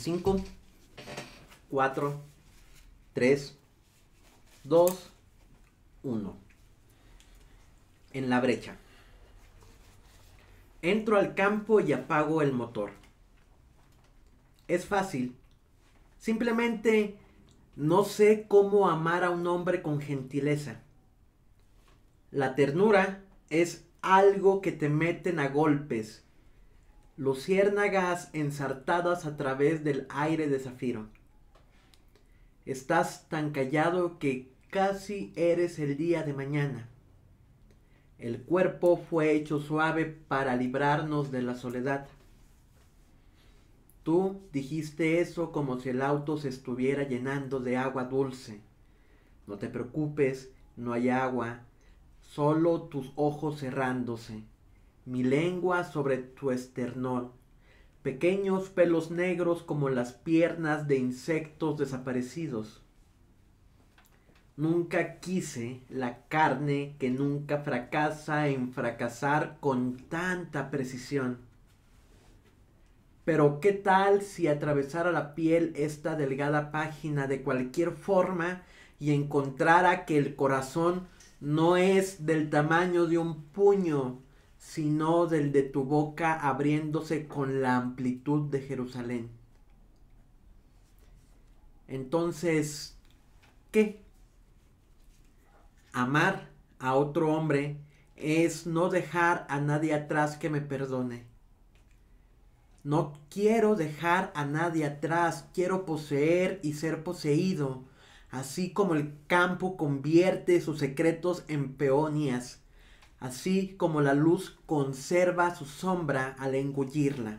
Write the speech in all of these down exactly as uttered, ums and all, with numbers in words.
cinco, cuatro, tres, dos, uno. En la brecha. Entro al campo y apago el motor. Es fácil. Simplemente no sé cómo amar a un hombre con gentileza. La ternura es algo que te meten a golpes. Luciérnagas ensartadas a través del aire de zafiro. Estás tan callado que casi eres el día de mañana. El cuerpo fue hecho suave para librarnos de la soledad. Tú dijiste eso como si el auto se estuviera llenando de agua dulce. No te preocupes, no hay agua, solo tus ojos cerrándose. Mi lengua sobre tu esternón. Pequeños pelos negros como las piernas de insectos desaparecidos. Nunca quise la carne que nunca fracasa en fracasar con tanta precisión. Pero ¿qué tal si atravesara la piel esta delgada página de cualquier forma y encontrara que el corazón no es del tamaño de un puño, sino del de tu boca abriéndose con la amplitud de Jerusalén? Entonces, ¿qué? Amar a otro hombre es no dejar a nadie atrás que me perdone. No quiero dejar a nadie atrás, quiero poseer y ser poseído, así como el campo convierte sus secretos en peonías, así como la luz conserva su sombra al engullirla.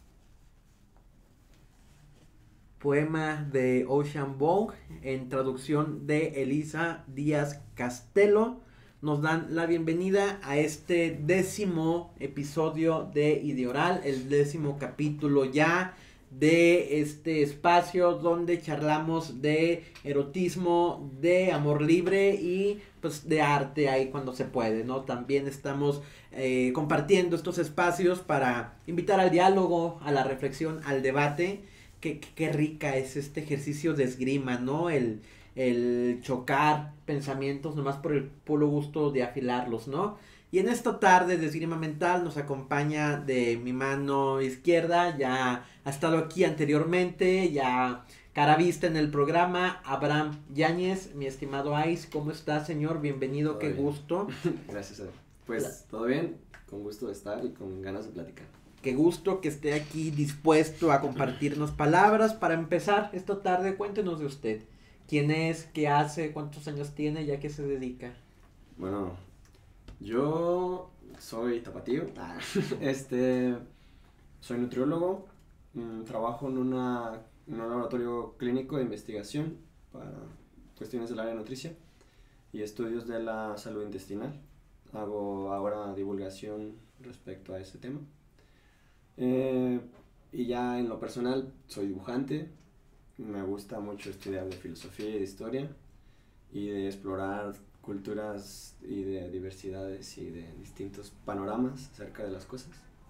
Poema de Ocean Vuong en traducción de Elisa Díaz Castelo. Nos dan la bienvenida a este décimo episodio de Ideoral, el décimo capítulo ya de este espacio donde charlamos de erotismo, de amor libre y pues de arte ahí cuando se puede, ¿no? También estamos eh, compartiendo estos espacios para invitar al diálogo, a la reflexión, al debate. Qué, qué, qué rica es este ejercicio de esgrima, ¿no? El, el chocar pensamientos nomás por el puro gusto de afilarlos, ¿no? Y en esta tarde de esgrima mental nos acompaña de mi mano izquierda, ya ha estado aquí anteriormente, ya cara vista en el programa, Abraham Yáñez, mi estimado Ais. ¿Cómo está, señor? Bienvenido, Todo qué bien. gusto. Gracias, Ed. Pues La... todo bien, con gusto de estar y con ganas de platicar. Qué gusto que esté aquí dispuesto a compartirnos palabras. Para empezar esta tarde, cuéntenos de usted. ¿Quién es? ¿Qué hace? ¿Cuántos años tiene? ¿Y a qué se dedica? Bueno, yo soy tapatío. Ah, este, soy nutriólogo. Mmm, trabajo en, una, en un laboratorio clínico de investigación para cuestiones del área de nutrición y estudios de la salud intestinal. Hago ahora divulgación respecto a ese tema. Eh, y ya en lo personal soy dibujante, me gusta mucho estudiar de filosofía y de historia y de explorar culturas y de diversidades y de distintos panoramas acerca de las cosas,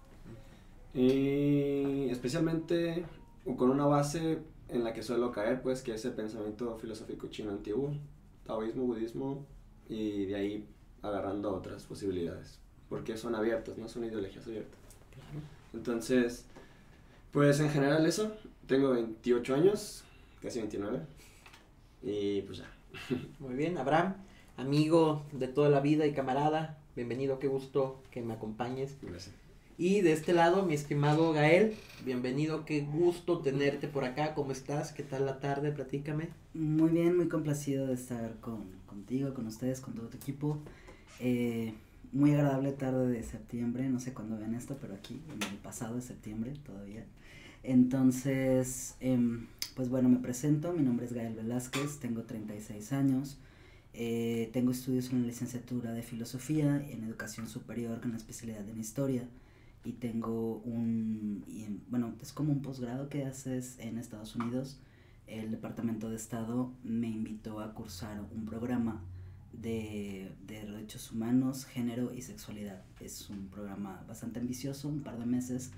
y especialmente con una base en la que suelo caer, pues, que es el pensamiento filosófico chino antiguo, taoísmo, budismo, y de ahí agarrando otras posibilidades, porque son abiertas, no son ideologías abiertas. Entonces, pues en general eso, tengo veintiocho años, casi veintinueve, y pues ya. Muy bien, Abraham, amigo de toda la vida y camarada, bienvenido, qué gusto que me acompañes. Gracias. Y de este lado, mi estimado Gael, bienvenido, qué gusto tenerte por acá, ¿cómo estás? ¿Qué tal la tarde? Platícame. Muy bien, muy complacido de estar con, contigo, con ustedes, con todo tu equipo. Eh... Muy agradable tarde de septiembre, no sé cuándo vean esto, pero aquí, en el pasado de septiembre todavía. Entonces, eh, pues bueno, me presento, mi nombre es Gael Velázquez, tengo treinta y seis años, eh, tengo estudios en la licenciatura de Filosofía, en Educación Superior con la especialidad en Historia, y tengo un, y, bueno, es como un posgrado que haces en Estados Unidos. El Departamento de Estado me invitó a cursar un programa De, de derechos humanos, género y sexualidad. Es un programa bastante ambicioso, un par de meses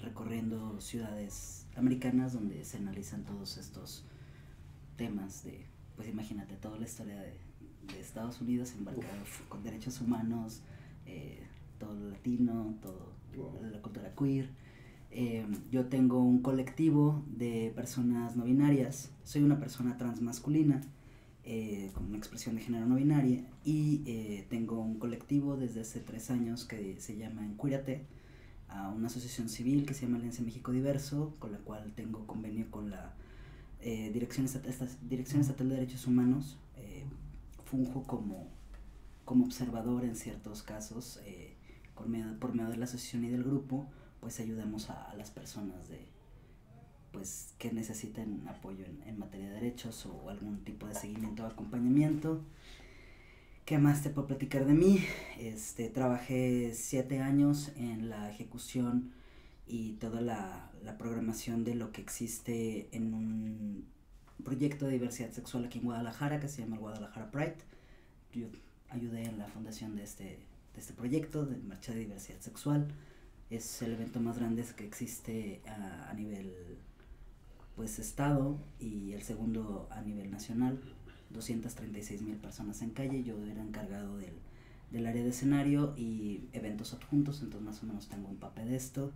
recorriendo ciudades americanas donde se analizan todos estos temas de, pues imagínate, toda la historia de, de Estados Unidos embarcado Uf. con derechos humanos, eh, todo lo latino, todo wow. la cultura queer. Eh, yo tengo un colectivo de personas no binarias, soy una persona transmasculina, eh, con una expresión de género no binaria, y eh, tengo un colectivo desde hace tres años que se llama Encuírate, a una asociación civil que se llama Alianza México Diverso, con la cual tengo convenio con la eh, Dirección, Estat- esta, Dirección Estatal de Derechos Humanos. Eh, funjo como, como observador en ciertos casos, eh, por, medio, por medio de la asociación y del grupo, pues ayudamos a, a las personas de pues que necesiten apoyo en, en materia de derechos o algún tipo de seguimiento o acompañamiento. ¿Qué más te puedo platicar de mí? Este, trabajé siete años en la ejecución y toda la, la programación de lo que existe en un proyecto de diversidad sexual aquí en Guadalajara que se llama Guadalajara Pride. Yo ayudé en la fundación de este, de este proyecto de marcha de diversidad sexual. Es el evento más grande que existe a, a nivel pues estado y el segundo a nivel nacional. doscientas treinta y seis mil personas en calle. Yo era encargado del, del área de escenario y eventos adjuntos, entonces más o menos tengo un papel de esto.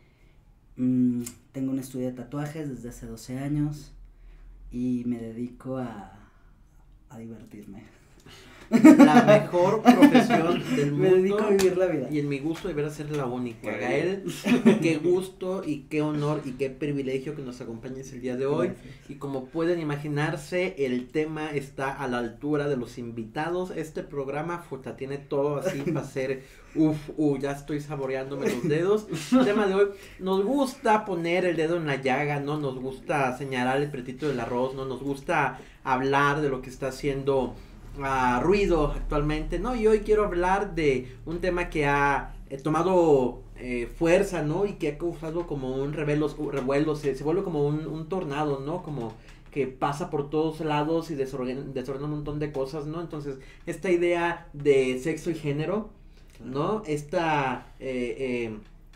Mm, tengo un estudio de tatuajes desde hace doce años y me dedico a, a divertirme. La mejor profesión del mundo. Me dedico a vivir la vida. Y en mi gusto deberá ser la única. Gael, qué gusto y qué honor y qué privilegio que nos acompañes el día de hoy. Gracias. Y como pueden imaginarse, el tema está a la altura de los invitados. Este programa puta, tiene todo así para ser, uff, uh, ya estoy saboreándome los dedos. El tema de hoy, nos gusta poner el dedo en la llaga, ¿no? Nos gusta señalar el pretito del arroz, ¿no? Nos gusta hablar de lo que está haciendo Uh, ruido actualmente, ¿no? Y hoy quiero hablar de un tema que ha eh, tomado eh, fuerza, ¿no? Y que ha causado como un revuelo, uh, revuelo se, se vuelve como un, un tornado, ¿no? Como que pasa por todos lados y desordena, desordena un montón de cosas, ¿no? Entonces, esta idea de sexo y género, ¿no? Esta eh, eh,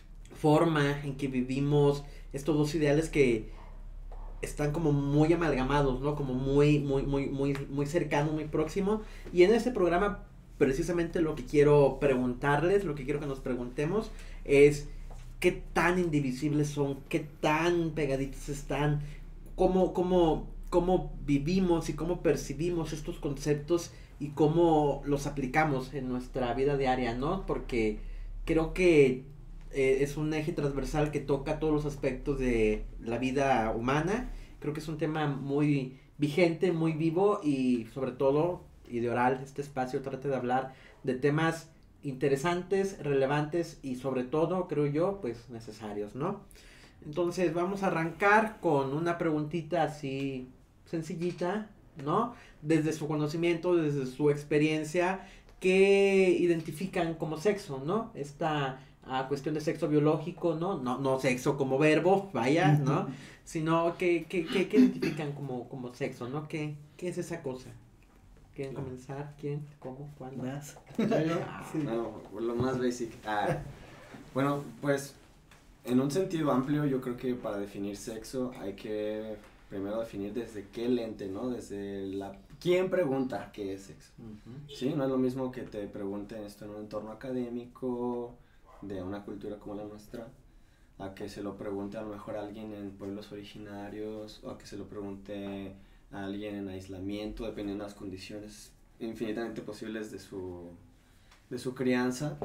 forma en que vivimos estos dos ideales que están como muy amalgamados, ¿no? Como muy, muy, muy, muy, muy cercano, muy próximo. Y en este programa, precisamente lo que quiero preguntarles, lo que quiero que nos preguntemos es qué tan indivisibles son, qué tan pegaditos están, cómo, cómo, cómo vivimos y cómo percibimos estos conceptos y cómo los aplicamos en nuestra vida diaria, ¿no? Porque creo que Eh, es un eje transversal que toca todos los aspectos de la vida humana. Creo que es un tema muy vigente, muy vivo y sobre todo Ideoral, este espacio trata de hablar de temas interesantes, relevantes y sobre todo, creo yo, pues necesarios, ¿no? Entonces vamos a arrancar con una preguntita así sencillita, ¿no? Desde su conocimiento, desde su experiencia, ¿qué identifican como sexo, ¿no? Esta a cuestión de sexo biológico, ¿no? No, no sexo como verbo, vaya, ¿no? Sino que, que, que, que identifican como, como sexo, ¿no? ¿Qué, ¿Qué es esa cosa? ¿Quieren claro. comenzar? ¿Quién? ¿Cómo? ¿Cuándo? ¿Vas? Ah, sí. Bueno, lo más basic. Ah, bueno, pues, en un sentido amplio, yo creo que para definir sexo hay que primero definir desde qué lente, ¿no? Desde la... ¿Quién pregunta qué es sexo? Uh-huh. Sí, no es lo mismo que te pregunten esto en un entorno académico de una cultura como la nuestra, a que se lo pregunte a lo mejor a alguien en pueblos originarios, o a que se lo pregunte a alguien en aislamiento, dependiendo de las condiciones infinitamente posibles de su, de su crianza.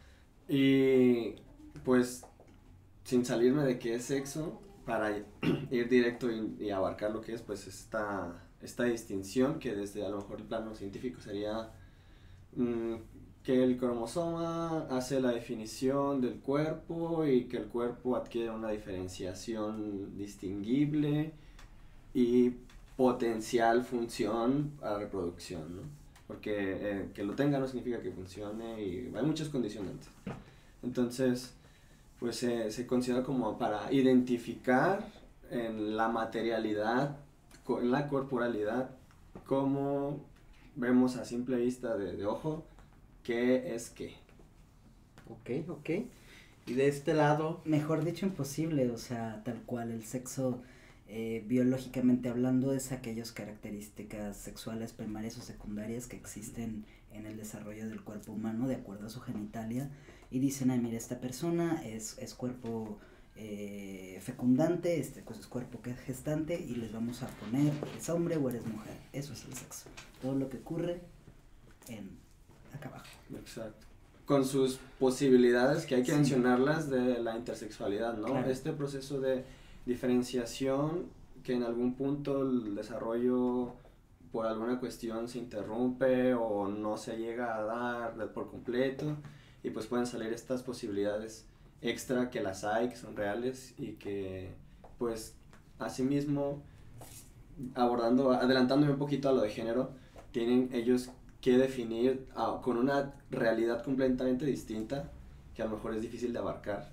Y pues, sin salirme de qué es sexo, para ir directo y, y abarcar lo que es, pues esta, esta distinción que desde a lo mejor el plano científico sería mmm, que el cromosoma hace la definición del cuerpo y que el cuerpo adquiere una diferenciación distinguible y potencial función a reproducción, ¿no? Porque eh, que lo tenga no significa que funcione y hay muchos condicionantes. Entonces, pues eh, se considera como para identificar en la materialidad, en la corporalidad, cómo vemos a simple vista de, de ojo, ¿qué es qué? Ok, ok. Y de este lado... Mejor dicho, imposible, o sea, tal cual, el sexo, eh, biológicamente hablando, es aquellas características sexuales primarias o secundarias que existen en el desarrollo del cuerpo humano de acuerdo a su genitalia, y dicen, ay, mira, esta persona es, es cuerpo eh, fecundante, este pues, es cuerpo que es gestante, y les vamos a poner, ¿eres hombre o eres mujer? Eso es el sexo, todo lo que ocurre en acá abajo. Exacto. Con sus posibilidades, que hay que Sí. mencionarlas, de la intersexualidad, ¿no? Claro. Este proceso de diferenciación, que en algún punto el desarrollo por alguna cuestión se interrumpe o no se llega a dar de- por completo, y pues pueden salir estas posibilidades extra, que las hay, que son reales, y que pues asimismo, abordando, adelantándome un poquito a lo de género, tienen ellos que definir ah, con una realidad completamente distinta, que a lo mejor es difícil de abarcar,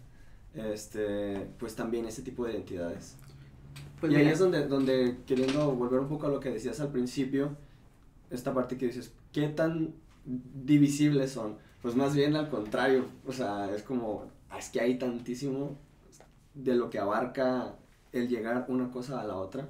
este, pues también ese tipo de identidades. Pues y ahí mira, es donde, donde, queriendo volver un poco a lo que decías al principio, esta parte que dices, ¿qué tan divisibles son? Pues más bien al contrario, o sea, es como, es que hay tantísimo de lo que abarca el llegar una cosa a la otra,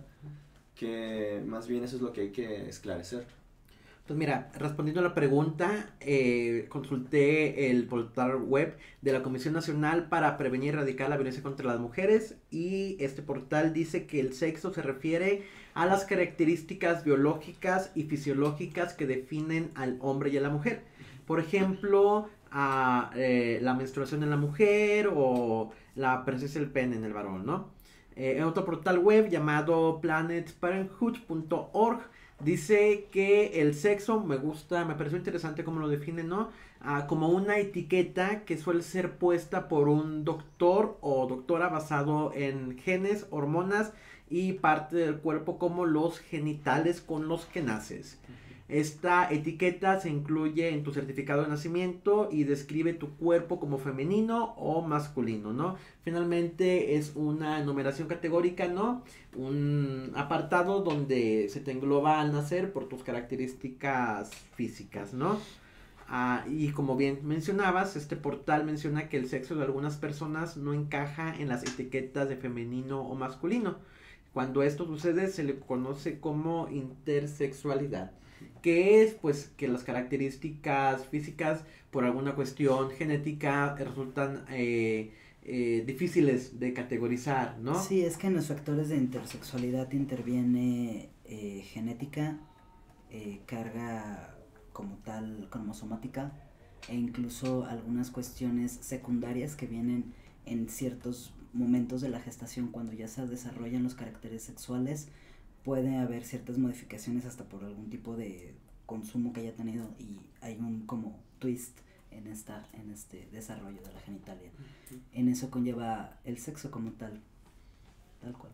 que más bien eso es lo que hay que esclarecer. Pues mira, respondiendo a la pregunta, eh, consulté el portal web de la Comisión Nacional para Prevenir y Erradicar la Violencia contra las Mujeres, y este portal dice que el sexo se refiere a las características biológicas y fisiológicas que definen al hombre y a la mujer. Por ejemplo, a, eh, la menstruación en la mujer o la presencia del pene en el varón, ¿no? Eh, en otro portal web llamado planet parenthood punto org dice que el sexo, me gusta, me pareció interesante cómo lo define, ¿no? Ah, como una etiqueta que suele ser puesta por un doctor o doctora basado en genes, hormonas y parte del cuerpo como los genitales con los que naces. Esta etiqueta se incluye en tu certificado de nacimiento y describe tu cuerpo como femenino o masculino, ¿no? Finalmente es una numeración categórica, ¿no? Un apartado donde se te engloba al nacer por tus características físicas, ¿no? Ah, y como bien mencionabas, este portal menciona que el sexo de algunas personas no encaja en las etiquetas de femenino o masculino. Cuando esto sucede se le conoce como intersexualidad, que es pues que las características físicas por alguna cuestión genética resultan eh, eh, difíciles de categorizar, ¿no? Sí, es que en los factores de intersexualidad interviene eh, genética, eh, carga como tal cromosomática, e incluso algunas cuestiones secundarias que vienen en ciertos momentos de la gestación, cuando ya se desarrollan los caracteres sexuales. Puede haber ciertas modificaciones hasta por algún tipo de consumo que haya tenido, y hay un como twist en esta en este desarrollo de la genitalia. Uh-huh. En eso conlleva el sexo como tal, tal cual.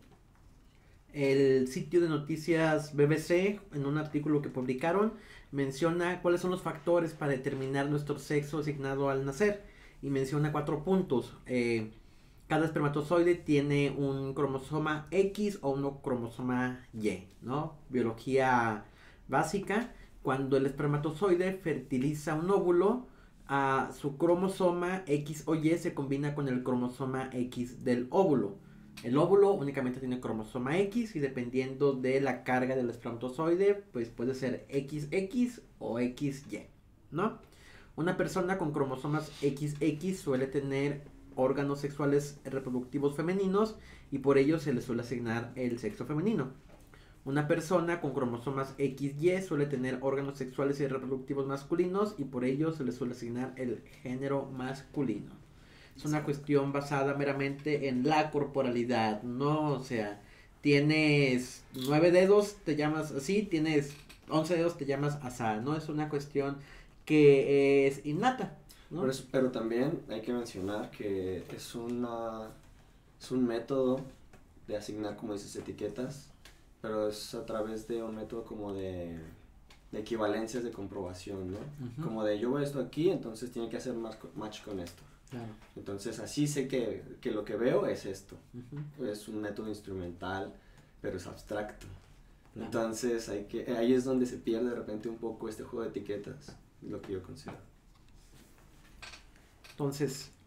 El sitio de noticias B B C, en un artículo que publicaron, menciona cuáles son los factores para determinar nuestro sexo asignado al nacer, y menciona cuatro puntos. Eh, cada espermatozoide tiene un cromosoma X o un cromosoma Y, ¿no? Biología básica. Cuando el espermatozoide fertiliza un óvulo, uh, su cromosoma X o Y se combina con el cromosoma X del óvulo. El óvulo únicamente tiene cromosoma X, y dependiendo de la carga del espermatozoide, pues puede ser equis equis o equis y, ¿no? Una persona con cromosomas equis equis suele tener órganos sexuales reproductivos femeninos, y por ello se le suele asignar el sexo femenino. Una persona con cromosomas equis y suele tener órganos sexuales y reproductivos masculinos, y por ello se le suele asignar el género masculino. Es una cuestión basada meramente en la corporalidad, ¿no? O sea, tienes nueve dedos, te llamas así, tienes once dedos, te llamas asá, ¿no? Es una cuestión que es innata, ¿no? Pero, es, pero también hay que mencionar que es una es un método de asignar, como dices, etiquetas, pero es a través de un método como de, de equivalencias de comprobación, ¿no? Uh-huh. Como de yo veo esto aquí, entonces tiene que hacer más match con esto. Claro. Entonces así sé que, que lo que veo es esto. Uh-huh. Es un método instrumental, pero es abstracto. Claro. Entonces hay que, ahí es donde se pierde de repente un poco este juego de etiquetas, lo que yo considero. Entonces,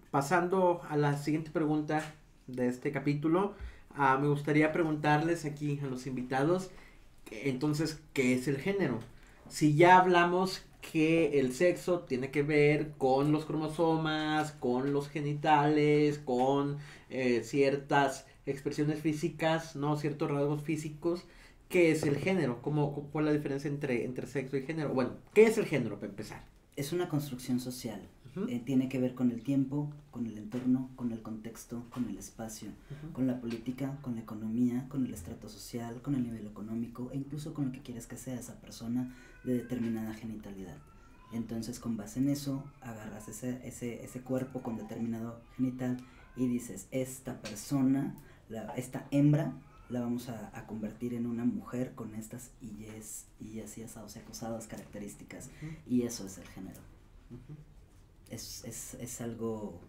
pasando a la siguiente pregunta de este capítulo, uh, me gustaría preguntarles aquí a los invitados, entonces, ¿qué es el género? Si ya hablamos que el sexo tiene que ver con los cromosomas, con los genitales, con eh, ciertas expresiones físicas, ¿no? Ciertos rasgos físicos, ¿qué es el género? ¿Cómo, ¿Cuál es la diferencia entre, entre sexo y género? Bueno, ¿qué es el género para empezar? Es una construcción social. Uh-huh. Eh, tiene que ver con el tiempo, con el entorno, con el contexto, con el espacio, uh-huh. con la política, con la economía, con el estrato social, con el nivel económico e incluso con lo que quieres que sea esa persona de determinada genitalidad. Entonces, con base en eso, agarras ese, ese, ese cuerpo con determinado genital y dices, esta persona, la, esta hembra, la vamos a, a convertir en una mujer con estas y es y así asados y acosadas características. Uh-huh. Y eso es el género. Uh-huh. Es, es, es algo...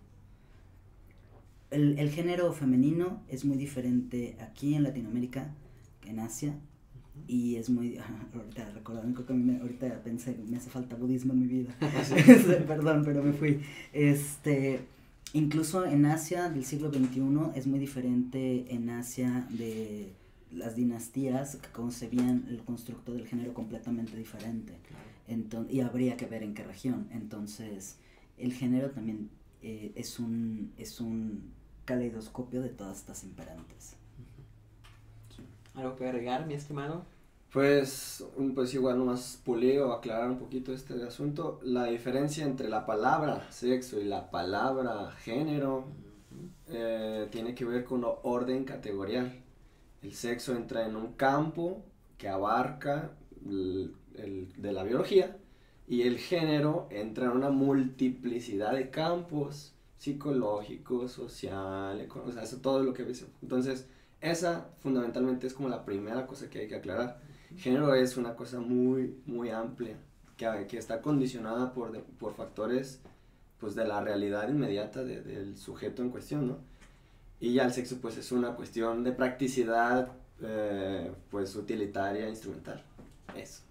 El, el género femenino es muy diferente aquí en Latinoamérica que en Asia. Uh-huh. Y es muy... Ahorita recordando que me, ahorita pensé, me hace falta budismo en mi vida. Perdón, pero me fui. Este... Incluso en Asia del siglo veintiuno es muy diferente en Asia de las dinastías que concebían el constructo del género completamente diferente. Claro. Entonces, y habría que ver en qué región. Entonces, el género también eh, es un es un caleidoscopio de todas estas imperantes. Sí. ¿Algo que agregar, mi estimado? Pues, pues igual nomás pulir o aclarar un poquito este asunto. La diferencia entre la palabra sexo y la palabra género uh-huh. eh, tiene que ver con orden categorial. El sexo entra en un campo que abarca el, el, de la biología y el género entra en una multiplicidad de campos psicológicos, social, económicos, o sea, eso todo lo que ves. Entonces, esa fundamentalmente es como la primera cosa que hay que aclarar. Género es una cosa muy, muy amplia, que, que está condicionada por, de, por factores pues, de la realidad inmediata de, del sujeto en cuestión, ¿no? Y ya el sexo pues es una cuestión de practicidad, eh, pues utilitaria, instrumental, eso.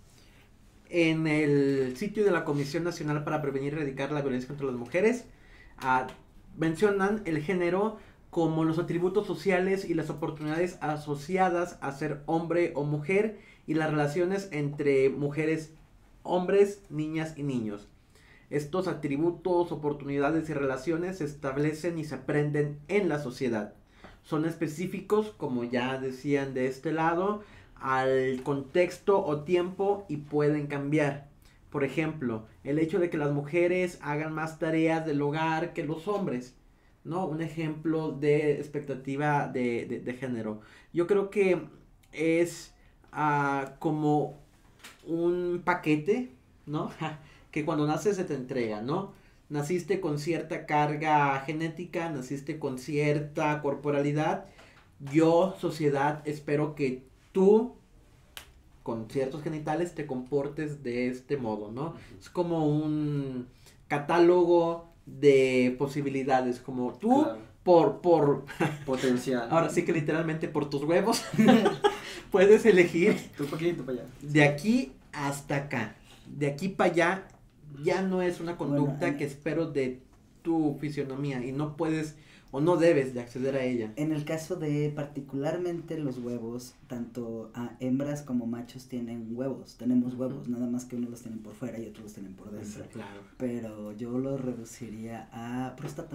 En el sitio de la Comisión Nacional para Prevenir y Erradicar la Violencia contra las Mujeres, uh, mencionan el género como los atributos sociales y las oportunidades asociadas a ser hombre o mujer y las relaciones entre mujeres, hombres, niñas y niños. Estos atributos, oportunidades y relaciones se establecen y se aprenden en la sociedad. Son específicos, como ya decían de este lado, al contexto o tiempo y pueden cambiar. Por ejemplo, el hecho de que las mujeres hagan más tareas del hogar que los hombres, ¿no? Un ejemplo de expectativa de, de, de género. Yo creo que es uh, como un paquete, ¿no? Que cuando naces se te entrega, ¿no? Naciste con cierta carga genética, naciste con cierta corporalidad. Yo, sociedad, espero que tú, con ciertos genitales, te comportes de este modo, ¿no? Uh-huh. Es como un catálogo de posibilidades, como tú, claro. por, por potencial. Ahora sí que literalmente por tus huevos puedes elegir tú para aquí, tú para allá. De aquí hasta acá, de aquí para allá, ya no es una conducta bueno, en... que espero de tu fisionomía y no puedes o no debes de acceder a ella. En el caso de particularmente los huevos, tanto a hembras como machos tienen huevos, tenemos huevos, uh-huh. nada más que unos los tienen por fuera y otros los tienen por dentro. Claro. Pero yo lo reduciría a próstata.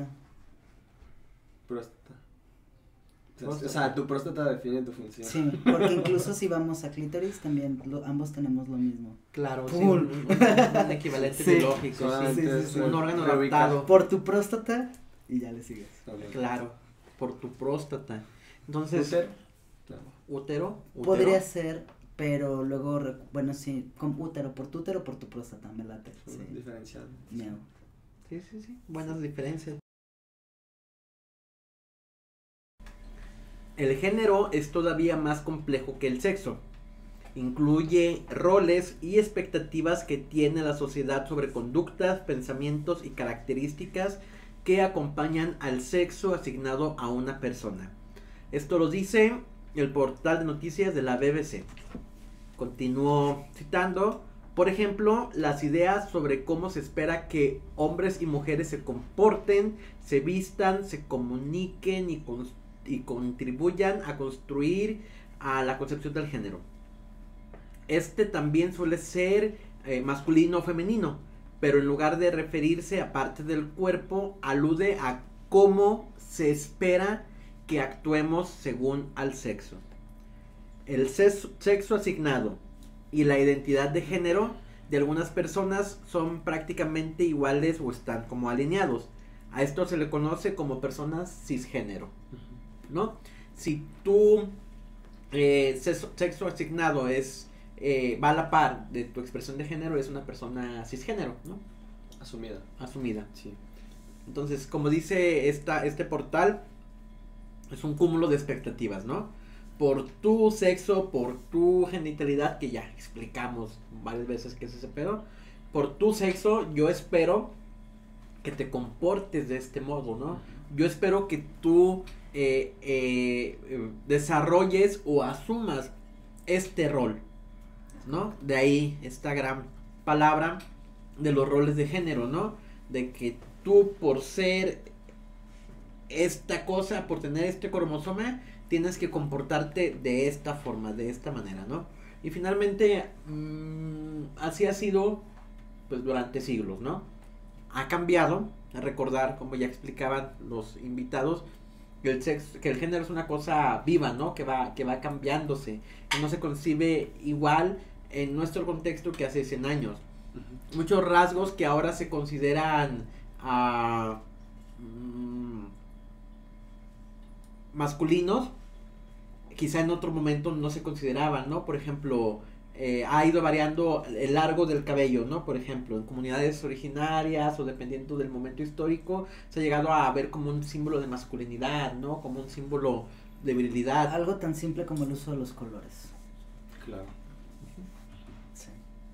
Próstata. O sea, o sea, tu próstata define tu función. Sí, porque incluso si vamos a clítoris también lo, ambos tenemos lo mismo. Claro, sí, un, un, un equivalente sí. biológico, sí, sí, sí, sí, un órgano adaptado. Por tu próstata y ya le sigues. Claro, por tu próstata. Entonces, ¿útero? Claro. ¿Útero? ¿Útero? Podría ser, pero luego, bueno, sí, con útero, por tu útero, por tu próstata, me late. Sí. Diferenciado. No. Sí, sí, sí, buenas diferencias. El género es todavía más complejo que el sexo. Incluye roles y expectativas que tiene la sociedad sobre conductas, pensamientos y características que acompañan al sexo asignado a una persona. Esto lo dice el portal de noticias de la B B C. Continúo citando, Por ejemplo, las ideas sobre cómo se espera que hombres y mujeres se comporten, se vistan, se comuniquen y, con, y contribuyan a construir a la concepción del género. Este también suele ser eh, masculino o femenino, pero en lugar de referirse a parte del cuerpo, alude a cómo se espera que actuemos según al sexo. El sexo, sexo asignado y la identidad de género de algunas personas son prácticamente iguales o están como alineados. A esto se le conoce como personas cisgénero, ¿no? Si tu eh, sexo, sexo asignado es eh, va a la par de tu expresión de género, es una persona cisgénero, ¿no? Asumida. Asumida. Sí. Entonces, como dice esta, este portal, es un cúmulo de expectativas, ¿no? Por tu sexo, por tu genitalidad, que ya explicamos varias veces que es ese pedo, por tu sexo, yo espero que te comportes de este modo, ¿no? Yo espero que tú eh, eh, eh, desarrolles o asumas este rol, ¿no? De ahí esta gran palabra de los roles de género, ¿no? De que tú por ser esta cosa, por tener este cromosoma, tienes que comportarte de esta forma, de esta manera, ¿no? Y finalmente, mmm, así ha sido, pues, durante siglos, ¿no? Ha cambiado, a recordar, como ya explicaban los invitados, que el sexo, que el género es una cosa viva, ¿no? Que va, que va cambiándose, que no se concibe igual en nuestro contexto que hace cien años. Uh-huh. Muchos rasgos que ahora se consideran uh, mmm, masculinos, quizá en otro momento no se consideraban, ¿no? Por ejemplo, eh, ha ido variando el largo del cabello, ¿no? Por ejemplo, en comunidades originarias o dependiendo del momento histórico, se ha llegado a ver como un símbolo de masculinidad, ¿no? Como un símbolo de virilidad. Algo tan simple como el uso de los colores. Claro. Sí.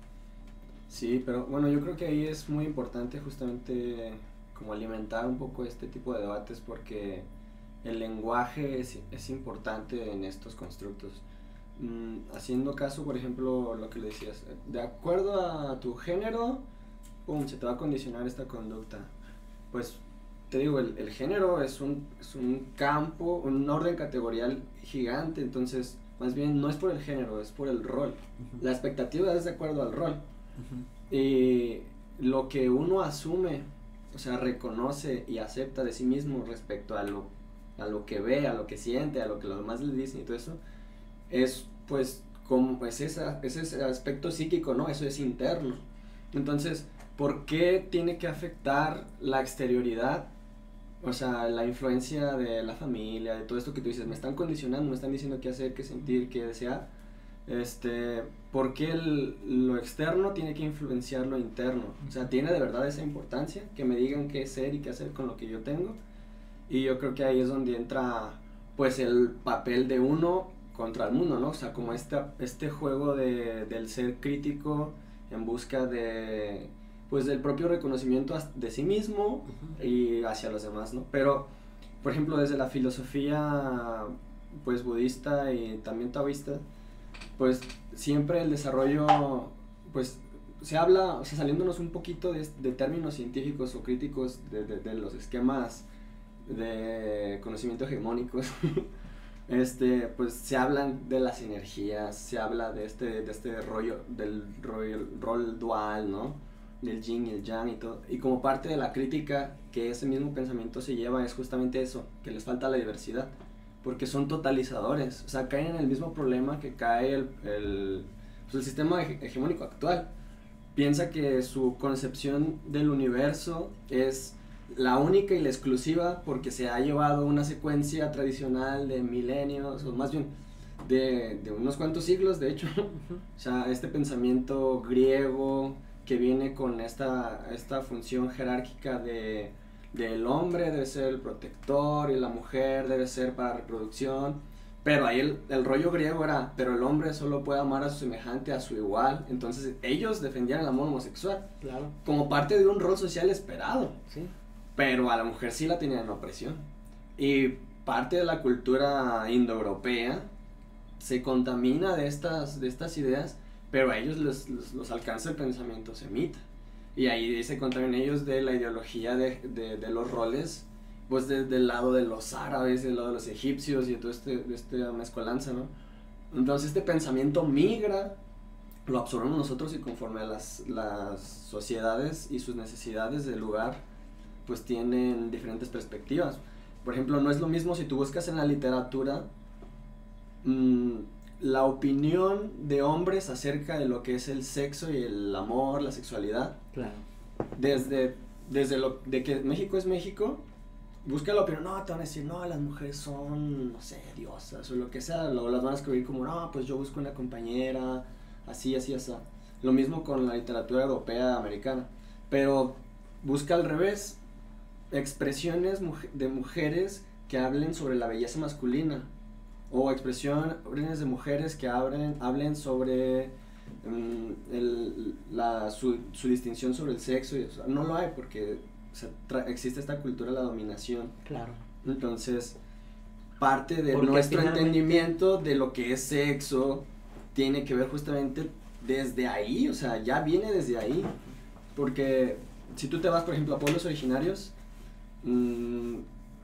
Sí, pero bueno, yo creo que ahí es muy importante justamente como alimentar un poco este tipo de debates porque el lenguaje es, es importante en estos constructos. Mm, haciendo caso, por ejemplo, lo que le decías, de acuerdo a tu género, pum, se te va a condicionar esta conducta. Pues, te digo, el, el género es un, es un campo, un orden categorial gigante, entonces, más bien, no es por el género, es por el rol. Uh-huh. La expectativa es de acuerdo al rol. Uh-huh. Y lo que uno asume, o sea, reconoce y acepta de sí mismo respecto a lo a lo que ve, a lo que siente, a lo que los demás le dicen y todo eso, es pues como pues esa, es ese aspecto psíquico, ¿no? Eso es interno. Entonces, ¿por qué tiene que afectar la exterioridad? O sea, la influencia de la familia, de todo esto que tú dices, me están condicionando, me están diciendo qué hacer, qué sentir, qué desear. Este, ¿por qué el, lo externo tiene que influenciar lo interno? O sea, ¿tiene de verdad esa importancia? Que me digan qué ser y qué hacer con lo que yo tengo. Y yo creo que ahí es donde entra pues el papel de uno contra el mundo, ¿no? O sea, como esta, este juego de, del ser crítico en busca de pues del propio reconocimiento de sí mismo uh-huh. y hacia los demás, ¿no? Pero, por ejemplo, desde la filosofía pues budista y también taoísta, pues siempre el desarrollo pues se habla, o sea, saliéndonos un poquito de, de términos científicos o críticos de, de, de los esquemas de conocimiento hegemónicos, este, pues se hablan de las energías, se habla de este, de este rollo, del rollo, rol dual, ¿no? Del yin y el yang y todo, y como parte de la crítica que ese mismo pensamiento se lleva es justamente eso, que les falta la diversidad, porque son totalizadores, o sea, caen en el mismo problema que cae el, el, pues el sistema hegemónico actual. Piensa que su concepción del universo es la única y la exclusiva porque se ha llevado una secuencia tradicional de milenios, o más bien de, de unos cuantos siglos, de hecho. Uh-huh. O sea, este pensamiento griego que viene con esta, esta función jerárquica de del hombre debe ser el protector y la mujer debe ser para reproducción, pero ahí el, el rollo griego era, pero el hombre solo puede amar a su semejante, a su igual, entonces ellos defendían el amor homosexual, claro, como parte de un rol social esperado, sí. Pero a la mujer sí la tenían en opresión, y parte de la cultura indoeuropea se contamina de estas, de estas ideas, pero a ellos les, les, los alcanza el pensamiento semita. Y ahí se contraen ellos de la ideología de, de, de los roles, pues de, del lado de los árabes, del lado de los egipcios y de todo este, esta mezcolanza, ¿no? Entonces este pensamiento migra, lo absorbemos nosotros y conforme a las, las sociedades y sus necesidades del lugar, pues tienen diferentes perspectivas. Por ejemplo, no es lo mismo si tú buscas en la literatura mmm, la opinión de hombres acerca de lo que es el sexo y el amor, la sexualidad. Claro. Desde, desde lo de que México es México, busca la opinión, no, te van a decir, no, las mujeres son, no sé, diosas o lo que sea, lo, las van a escribir como, no, pues yo busco una compañera, así, así, así. Lo mismo con la literatura europea, americana, pero busca al revés, expresiones de mujeres que hablen sobre la belleza masculina, o expresiones de mujeres que hablen, hablen sobre um, el, la, su, su distinción sobre el sexo. Y, o sea, no lo hay porque o sea, tra- existe esta cultura de la dominación. Claro. Entonces, parte de Porque nuestro finalmente... entendimiento de lo que es sexo tiene que ver justamente desde ahí, o sea, ya viene desde ahí. Porque si tú te vas, por ejemplo, a pueblos originarios, mmm,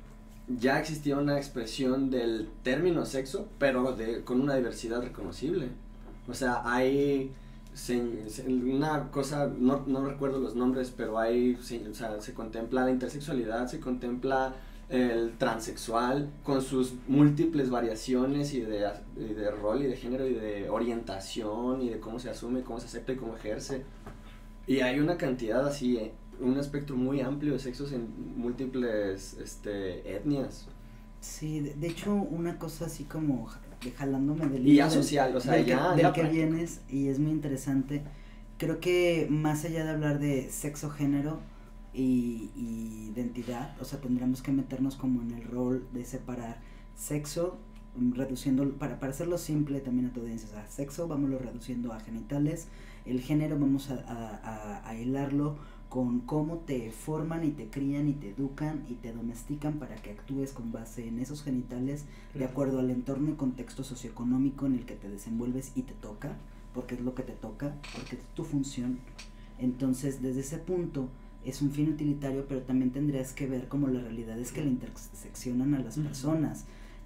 ya existía una expresión del término sexo, pero de, con una diversidad reconocible. O sea, hay se, se, una cosa, no, no recuerdo los nombres, pero hay, se, o sea, se contempla la intersexualidad, se contempla el transexual con sus múltiples variaciones y de, y de rol y de género y de orientación y de cómo se asume, cómo se acepta y cómo ejerce. Y hay una cantidad así, ¿eh? Un espectro muy amplio de sexos en múltiples este, etnias. Sí, de, de hecho, una cosa así como de jalándome del y ya del, social, o sea, del ya, que, del ya que práctico. vienes, y es muy interesante. Creo que más allá de hablar de sexo, género y, y identidad, o sea, tendríamos que meternos como en el rol de separar sexo, reduciendo, para, para hacerlo simple también a tu audiencia, o sea, sexo, vámonos reduciendo a genitales, el género vamos a, a, a, a hilarlo con cómo te forman y te crían y te educan y te domestican para que actúes con base en esos genitales, claro, de acuerdo al entorno y contexto socioeconómico en el que te desenvuelves y te toca, porque es lo que te toca, porque es tu función. Entonces, desde ese punto, es un fin utilitario, pero también tendrías que ver como las realidades que le interseccionan a las uh-huh. personas.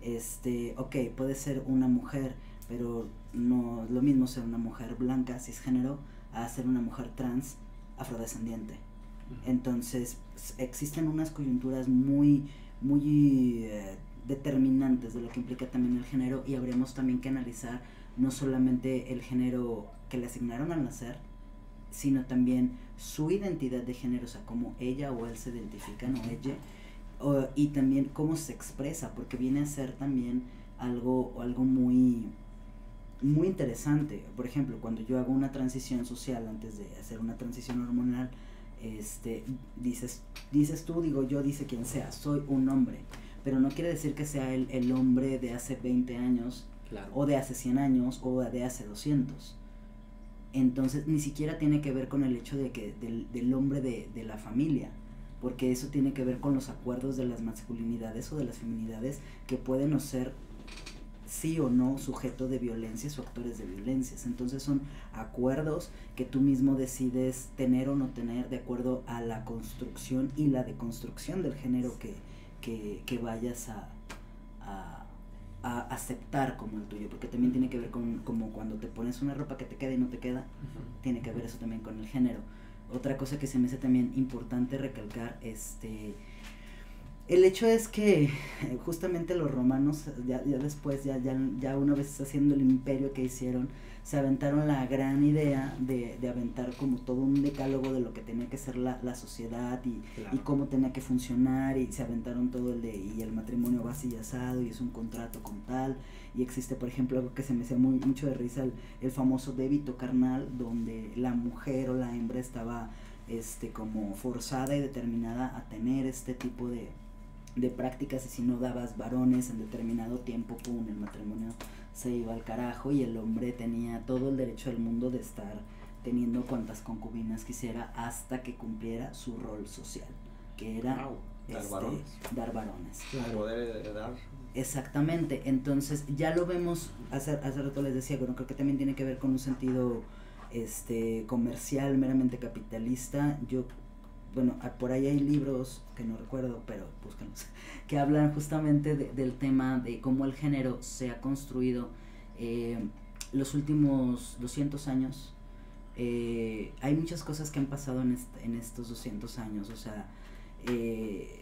Este, ok, puede ser una mujer, pero no es lo mismo ser una mujer blanca, cisgénero, a ser una mujer trans, afrodescendiente. Entonces existen unas coyunturas muy muy eh, determinantes de lo que implica también el género, y habríamos también que analizar no solamente el género que le asignaron al nacer, sino también su identidad de género, o sea, cómo ella o él se identifican, o ella, o, y también cómo se expresa, porque viene a ser también algo, algo muy muy interesante. Por ejemplo, cuando yo hago una transición social antes de hacer una transición hormonal, este, dices, dices tú, digo yo, dice quien sea, soy un hombre, pero no quiere decir que sea el, el hombre de hace veinte años, claro, o de hace cien años, o de hace doscientos. Entonces, ni siquiera tiene que ver con el hecho de que del, del hombre de, de la familia, porque eso tiene que ver con los acuerdos de las masculinidades o de las feminidades que pueden no ser sí o no sujeto de violencias o actores de violencias. Entonces son acuerdos que tú mismo decides tener o no tener de acuerdo a la construcción y la deconstrucción del género que, que, que vayas a, a, a aceptar como el tuyo, porque también tiene que ver con como cuando te pones una ropa que te queda y no te queda, uh-huh. tiene que ver eso también con el género. Otra cosa que se me hace también importante recalcar, este... el hecho es que justamente los romanos, ya, ya después, ya, ya, ya una vez haciendo el imperio que hicieron, se aventaron la gran idea de, de aventar como todo un decálogo de lo que tenía que ser la, la sociedad y, claro, y cómo tenía que funcionar, y se aventaron todo el de, y el matrimonio va así y asado, y es un contrato con tal, y existe, por ejemplo, algo que se me hacía muy, mucho de risa, el, el famoso débito carnal, donde la mujer o la hembra estaba este como forzada y determinada a tener este tipo de de prácticas, y si no dabas varones en determinado tiempo, pum, el matrimonio se iba al carajo, y el hombre tenía todo el derecho del mundo de estar teniendo cuantas concubinas quisiera hasta que cumpliera su rol social, que era wow, dar este, varones, dar varones. Claro. Poder dar Exactamente, entonces ya lo vemos, hace, hace rato les decía, bueno, creo que también tiene que ver con un sentido este comercial, meramente capitalista. Yo, bueno, por ahí hay libros que no recuerdo, pero búsquenlos, que hablan justamente de, del tema de cómo el género se ha construido eh, los últimos doscientos años. Eh, hay muchas cosas que han pasado en, est en estos doscientos años, o sea, eh,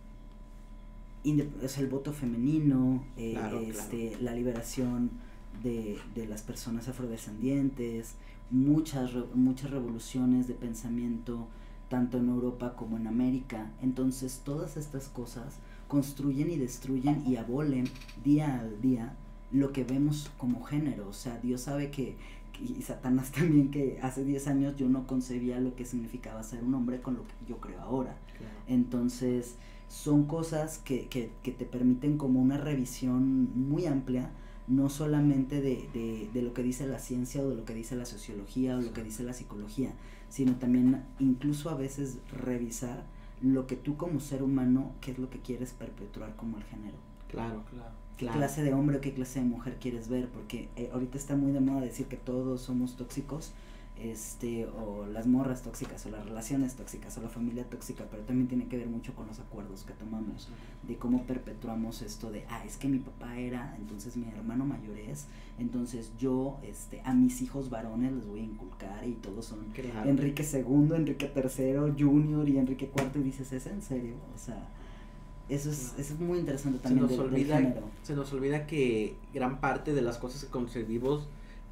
o sea, el voto femenino, eh, Claro, este, claro. la liberación de, de las personas afrodescendientes, muchas, re muchas revoluciones de pensamiento, tanto en Europa como en América. Entonces todas estas cosas construyen y destruyen y abolen día al día lo que vemos como género. O sea, Dios sabe que, que, y Satanás también, que hace diez años yo no concebía lo que significaba ser un hombre con lo que yo creo ahora. Claro. Entonces son cosas que, que, que te permiten como una revisión muy amplia, no solamente de, de, de lo que dice la ciencia o de lo que dice la sociología o lo que dice la psicología, sino también incluso a veces revisar lo que tú como ser humano, qué es lo que quieres perpetuar como el género. Claro, Claro. ¿Qué claro. clase de hombre o qué clase de mujer quieres ver? Porque eh, ahorita está muy de moda decir que todos somos tóxicos, este, o las morras tóxicas, o las relaciones tóxicas, o la familia tóxica, pero también tiene que ver mucho con los acuerdos que tomamos, de cómo perpetuamos esto de, ah, es que mi papá era, entonces mi hermano mayor es, entonces yo, este, a mis hijos varones les voy a inculcar, y todos son Claro. Enrique segundo, Enrique tercero, Junior y Enrique cuarto, y dices, ¿es en serio? O sea, eso es, eso es muy interesante Se también nos del, del olvida, género. se nos olvida que gran parte de las cosas que concebimos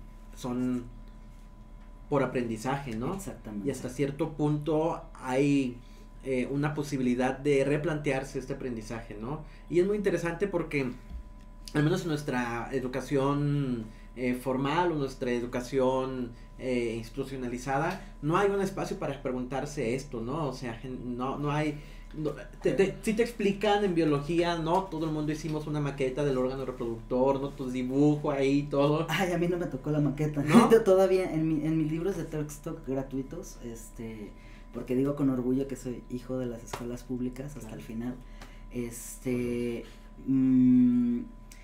son por aprendizaje, ¿no? Exactamente. Y hasta cierto punto hay eh, una posibilidad de replantearse este aprendizaje, ¿no? Y es muy interesante porque, al menos en nuestra educación eh, formal o nuestra educación eh, institucionalizada, no hay un espacio para preguntarse esto, ¿no? O sea, no, no hay... No, te, te, sí te explican en biología, ¿no? Todo el mundo hicimos una maqueta del órgano reproductor, ¿no? Tu dibujo ahí, todo. Ay, a mí no me tocó la maqueta. ¿No? Todavía en, mi, en mis libros de texto gratuitos, este, porque digo con orgullo que soy hijo de las escuelas públicas hasta Claro. el final, este, mmm,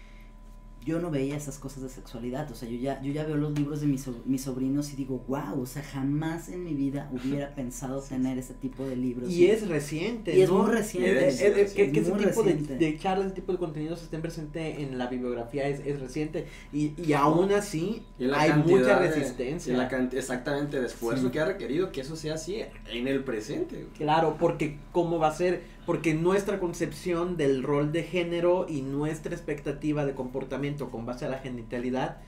yo no veía esas cosas de sexualidad. O sea, yo ya, yo ya veo los libros de mis, so, mis sobrinos y digo, wow, o sea, jamás en mi vida hubiera pensado sí, tener ese tipo de libros. Y es reciente, y es ¿no? muy reciente. Es, es, es, que, es que ese muy tipo de, reciente. de charlas, ese tipo de contenidos estén presentes en la bibliografía es, es reciente. Y, y aún así y la hay mucha de, resistencia. Y la cantidad, exactamente, de esfuerzo sí. que ha requerido que eso sea así en el presente. Claro, porque ¿cómo va a ser? Porque nuestra concepción del rol de género y nuestra expectativa de comportamiento con base a la genitalidad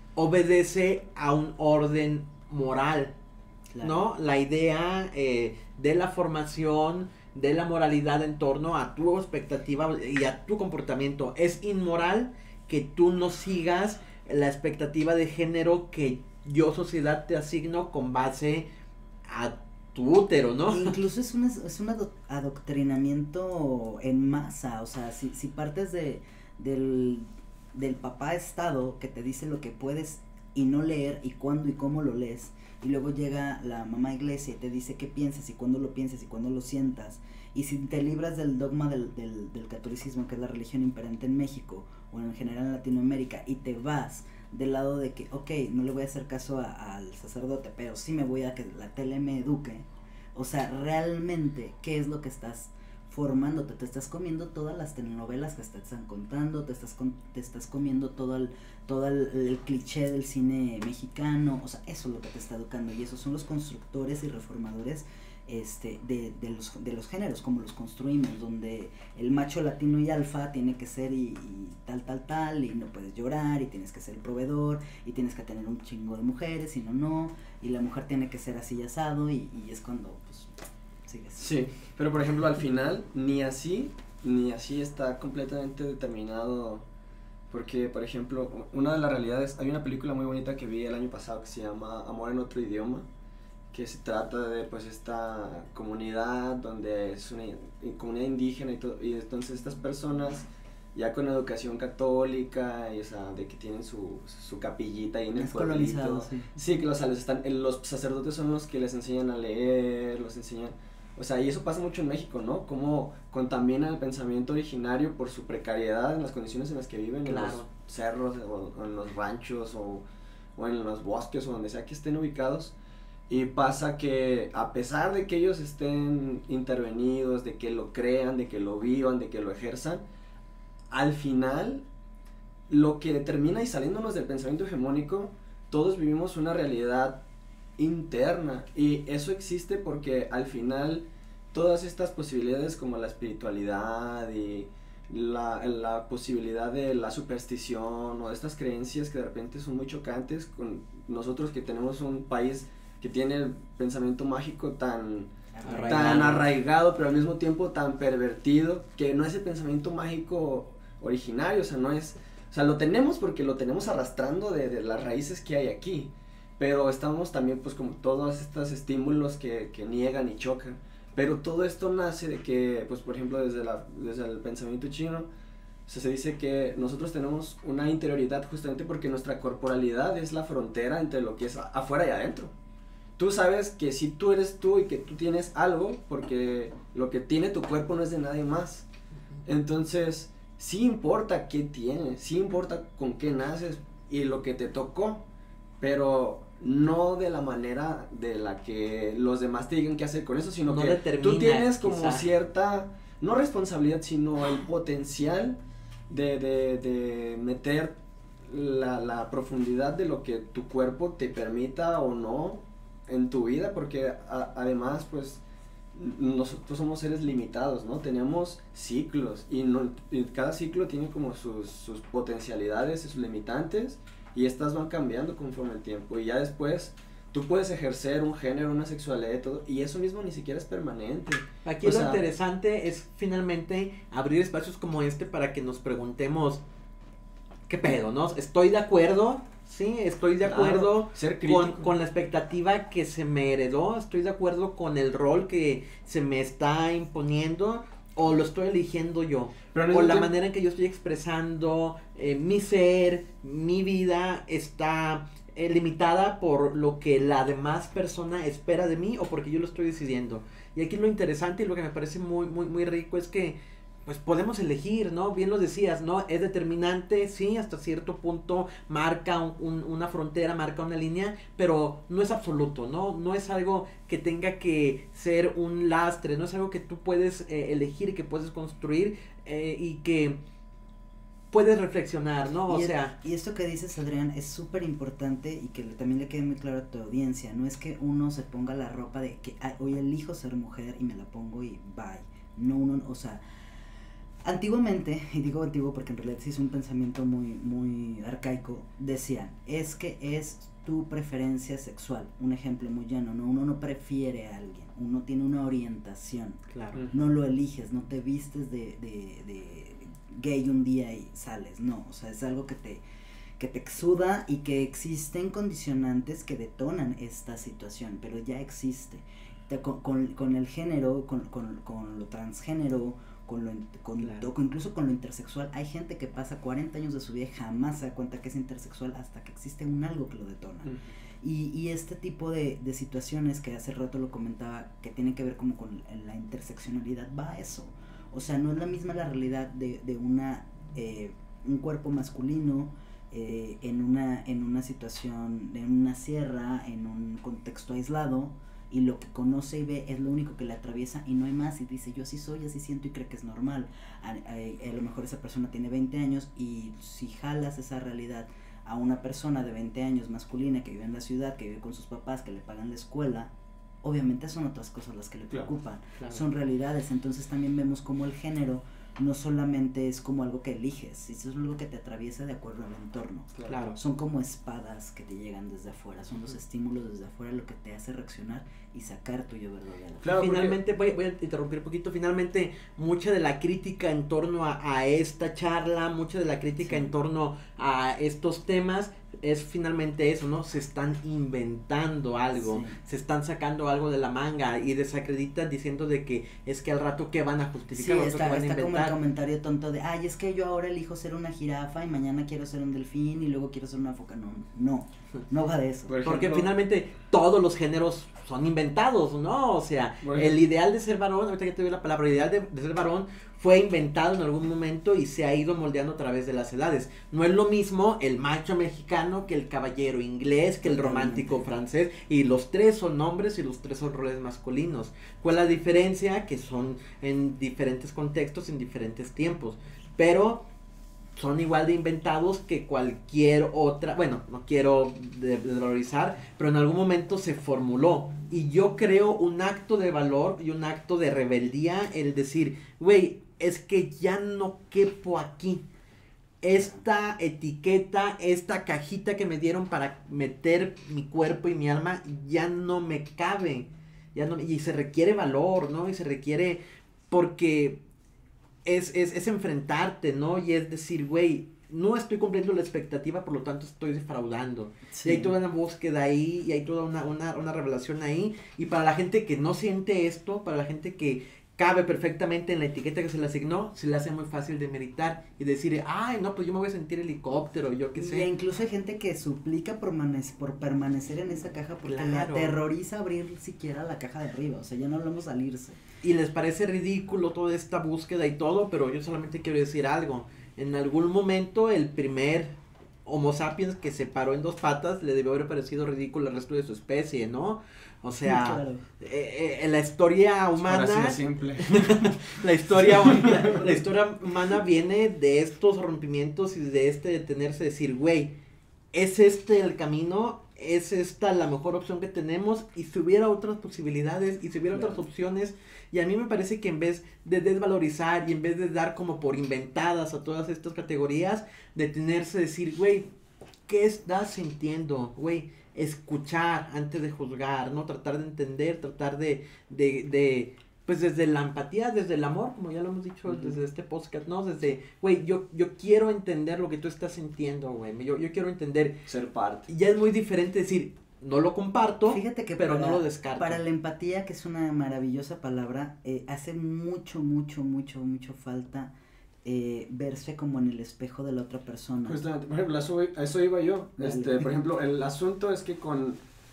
obedece a un orden moral, claro. ¿No? La idea eh, de la formación de la moralidad en torno a tu expectativa y a tu comportamiento. Es inmoral que tú no sigas la expectativa de género que yo, sociedad, te asigno con base a tu útero, ¿no? Incluso es un, es un adoctrinamiento en masa. O sea, si, si partes de del, del papá estado que te dice lo que puedes y no leer, y cuándo y cómo lo lees, y luego llega la mamá iglesia y te dice qué piensas y cuándo lo piensas y cuándo lo sientas, y si te libras del dogma del, del, del catolicismo, que es la religión imperante en México o en general en Latinoamérica, y te vas del lado de que, ok, no le voy a hacer caso a, al sacerdote, pero sí me voy a que la tele me eduque. O sea, realmente, ¿qué es lo que estás formándote? Te estás comiendo todas las telenovelas que te están contando, te estás, con, te estás comiendo todo, el, todo el, el cliché del cine mexicano. O sea, eso es lo que te está educando, y esos son los constructores y reformadores este de, de los de los géneros, como los construimos, donde el macho latino y alfa tiene que ser y, y tal tal tal, y no puedes llorar, y tienes que ser el proveedor, y tienes que tener un chingo de mujeres, y no no, y la mujer tiene que ser así y asado, y, y es cuando pues sigues. Sí, pero por ejemplo al final ni así ni así está completamente determinado, porque por ejemplo una de las realidades, hay una película muy bonita que vi el año pasado que se llama Amor en otro idioma, que se trata de pues esta comunidad donde es una comunidad indígena y todo, y entonces estas personas ya con educación católica, y o sea, de que tienen su, su capillita ahí en el es pueblito, sí. sí, que los, están, los sacerdotes son los que les enseñan a leer, los enseñan, O sea, y eso pasa mucho en México, ¿no? Cómo contaminan el pensamiento originario por su precariedad en las condiciones en las que viven, Claro. en los cerros o, o en los ranchos o, o en los bosques o donde sea que estén ubicados. Y pasa que a pesar de que ellos estén intervenidos, de que lo crean, de que lo vivan, de que lo ejerzan, al final lo que determina, y saliéndonos del pensamiento hegemónico, todos vivimos una realidad interna, y eso existe porque al final todas estas posibilidades como la espiritualidad y la, la posibilidad de la superstición o de estas creencias que de repente son muy chocantes con nosotros que tenemos un país que tiene el pensamiento mágico tan Arraigado. tan arraigado, pero al mismo tiempo tan pervertido, que no es el pensamiento mágico originario, o sea, no es, o sea, lo tenemos porque lo tenemos arrastrando de, de las raíces que hay aquí, pero estamos también pues como todos estos estímulos que, que niegan y chocan, pero todo esto nace de que, pues por ejemplo, desde, la, desde el pensamiento chino, o sea, se dice que nosotros tenemos una interioridad justamente porque nuestra corporalidad es la frontera entre lo que es afuera y adentro. Tú sabes que si tú eres tú y que tú tienes algo, porque lo que tiene tu cuerpo no es de nadie más. Entonces, sí importa qué tienes, sí importa con qué naces y lo que te tocó, pero no de la manera de la que los demás te digan qué hacer con eso, sino No que determina, tú tienes como quizá. cierta, no responsabilidad, sino el potencial de, de, de meter la, la profundidad de lo que tu cuerpo te permita o no en tu vida, porque a, además pues nosotros somos seres limitados, ¿no? Tenemos ciclos y, no, y cada ciclo tiene como sus, sus potencialidades y sus limitantes, y estas van cambiando conforme el tiempo, y ya después tú puedes ejercer un género, una sexualidad y todo, y eso mismo ni siquiera es permanente. Aquí O lo sea, interesante es finalmente abrir espacios como este para que nos preguntemos, ¿qué pedo, no? ¿Estoy de acuerdo? Sí, estoy de claro, acuerdo ser crítico. con, con la expectativa que se me heredó, estoy de acuerdo con el rol que se me está imponiendo, o lo estoy eligiendo yo, Pero al o mismo la tiempo- manera en que yo estoy expresando eh, mi ser, mi vida está eh, limitada por lo que la demás persona espera de mí o porque yo lo estoy decidiendo. Y aquí lo interesante y lo que me parece muy, muy, muy rico es que pues podemos elegir, ¿no? Bien lo decías, ¿no? Es determinante, sí, hasta cierto punto marca un, un, una frontera, marca una línea, pero no es absoluto, ¿no? No es algo que tenga que ser un lastre, no es algo que tú puedes eh, elegir, que puedes construir eh, y que puedes reflexionar, ¿no? O y, sea... y esto que dices, Adrián, es súper importante y que le, también le quede muy claro a tu audiencia. No es que uno se ponga la ropa de que ah, hoy elijo ser mujer y me la pongo y bye. No, uno, o sea... Antiguamente, y digo antiguo porque en realidad sí es un pensamiento muy, muy arcaico, decían, es que es tu preferencia sexual. Un ejemplo muy llano, ¿no? Uno no prefiere a alguien, uno tiene una orientación. Claro. Mm. No lo eliges, no te vistes de, de, de gay un día y sales, no, o sea, es algo que te, que te exuda y que existen condicionantes que detonan esta situación, pero ya existe. Te, con, con, con el género, con, con, con lo transgénero, con lo, con, Claro. con incluso con lo intersexual, hay gente que pasa cuarenta años de su vida y jamás se da cuenta que es intersexual hasta que existe un algo que lo detona. Mm. Y, y este tipo de, de situaciones que hace rato lo comentaba, que tienen que ver como con la interseccionalidad, va a eso. O sea, no es la misma la realidad de, de una eh, un cuerpo masculino eh, en una en una situación, en una sierra, en un contexto aislado, y lo que conoce y ve es lo único que le atraviesa y no hay más, y dice yo así soy, así siento y cree que es normal. A, a, a lo mejor esa persona tiene veinte años y si jalas esa realidad a una persona de veinte años masculina que vive en la ciudad, que vive con sus papás, que le pagan la escuela, obviamente son otras cosas las que le Claro, preocupan, claro. son realidades. Entonces también vemos como el género no solamente es como algo que eliges, es algo que te atraviesa de acuerdo al entorno. Claro. Son como espadas que te llegan desde afuera, son los estímulos desde afuera lo que te hace reaccionar y sacar tu yo verdadero. Claro, porque- Finalmente, voy, voy a interrumpir un poquito, finalmente mucha de la crítica en torno a, a esta charla, mucha de la crítica Sí. en torno a estos temas, es finalmente eso, ¿no? Se están inventando algo, Sí. se están sacando algo de la manga y desacreditan diciendo de que es que al rato ¿qué van a Sí, justificar? ¿Qué está, van a está como el inventar? comentario tonto de, ay, es que yo ahora elijo ser una jirafa y mañana quiero ser un delfín y luego quiero ser una foca. No, no, no va de eso. Por Porque ejemplo, finalmente todos los géneros son inventados, ¿no? O sea, Bueno. el ideal de ser varón, ahorita que te doy la palabra, el ideal de, de ser varón fue inventado en algún momento y se ha ido moldeando a través de las edades. No es lo mismo el macho mexicano que el caballero inglés, que el romántico francés, y los tres son hombres y los tres son roles masculinos. ¿Cuál es la diferencia? Que son en diferentes contextos, en diferentes tiempos, pero son igual de inventados que cualquier otra, bueno, no quiero de- desvalorizar, pero en algún momento se formuló. Y yo creo un acto de valor y un acto de rebeldía el decir, güey, es que ya no quepo aquí. Esta etiqueta, esta cajita que me dieron para meter mi cuerpo y mi alma, ya no me cabe. Ya no, y se requiere valor, ¿no? Y se requiere, porque es, es, es enfrentarte, ¿no? Y es decir, güey, no estoy cumpliendo la expectativa, por lo tanto estoy defraudando. Sí. Y hay toda una búsqueda ahí, y hay toda una, una, una revelación ahí. Y para la gente que no siente esto, para la gente que cabe perfectamente en la etiqueta que se le asignó, se le hace muy fácil de meditar y decir, ay, no, pues yo me voy a sentir helicóptero, yo qué Y sé. incluso hay gente que suplica por, manec- por permanecer en esa caja porque le Claro. aterroriza abrir siquiera la caja de arriba, o sea, ya no hablamos salirse. Y les parece ridículo toda esta búsqueda y todo, pero yo solamente quiero decir algo. En algún momento el primer Homo sapiens que se paró en dos patas le debió haber parecido ridículo al resto de su especie, ¿no? O sea, Claro. eh, eh, en la historia humana, Ahora sí de simple. la historia humana, la historia humana viene de estos rompimientos y de este detenerse, decir, güey, es este el camino, es esta la mejor opción que tenemos, y si hubiera otras posibilidades, y si hubiera Claro. otras opciones, y a mí me parece que en vez de desvalorizar y en vez de dar como por inventadas a todas estas categorías, detenerse, decir, güey, ¿qué estás sintiendo? Güey, escuchar antes de juzgar, ¿no? Tratar de entender, tratar de, de, de, pues desde la empatía, desde el amor, como ya lo hemos dicho, Ujú. desde este podcast, ¿no? Desde, güey, yo, yo quiero entender lo que tú estás sintiendo, güey, yo, yo quiero entender, Ser parte. y ya es muy diferente decir, no lo comparto, Fíjate que pero para, no lo descarto. para la empatía, que es una maravillosa palabra, eh, hace mucho, mucho, mucho, mucho falta eh, verse como en el espejo de la otra persona. Justamente, por ejemplo, a eso, a eso iba yo. Dale. Este, por ejemplo, el asunto es que con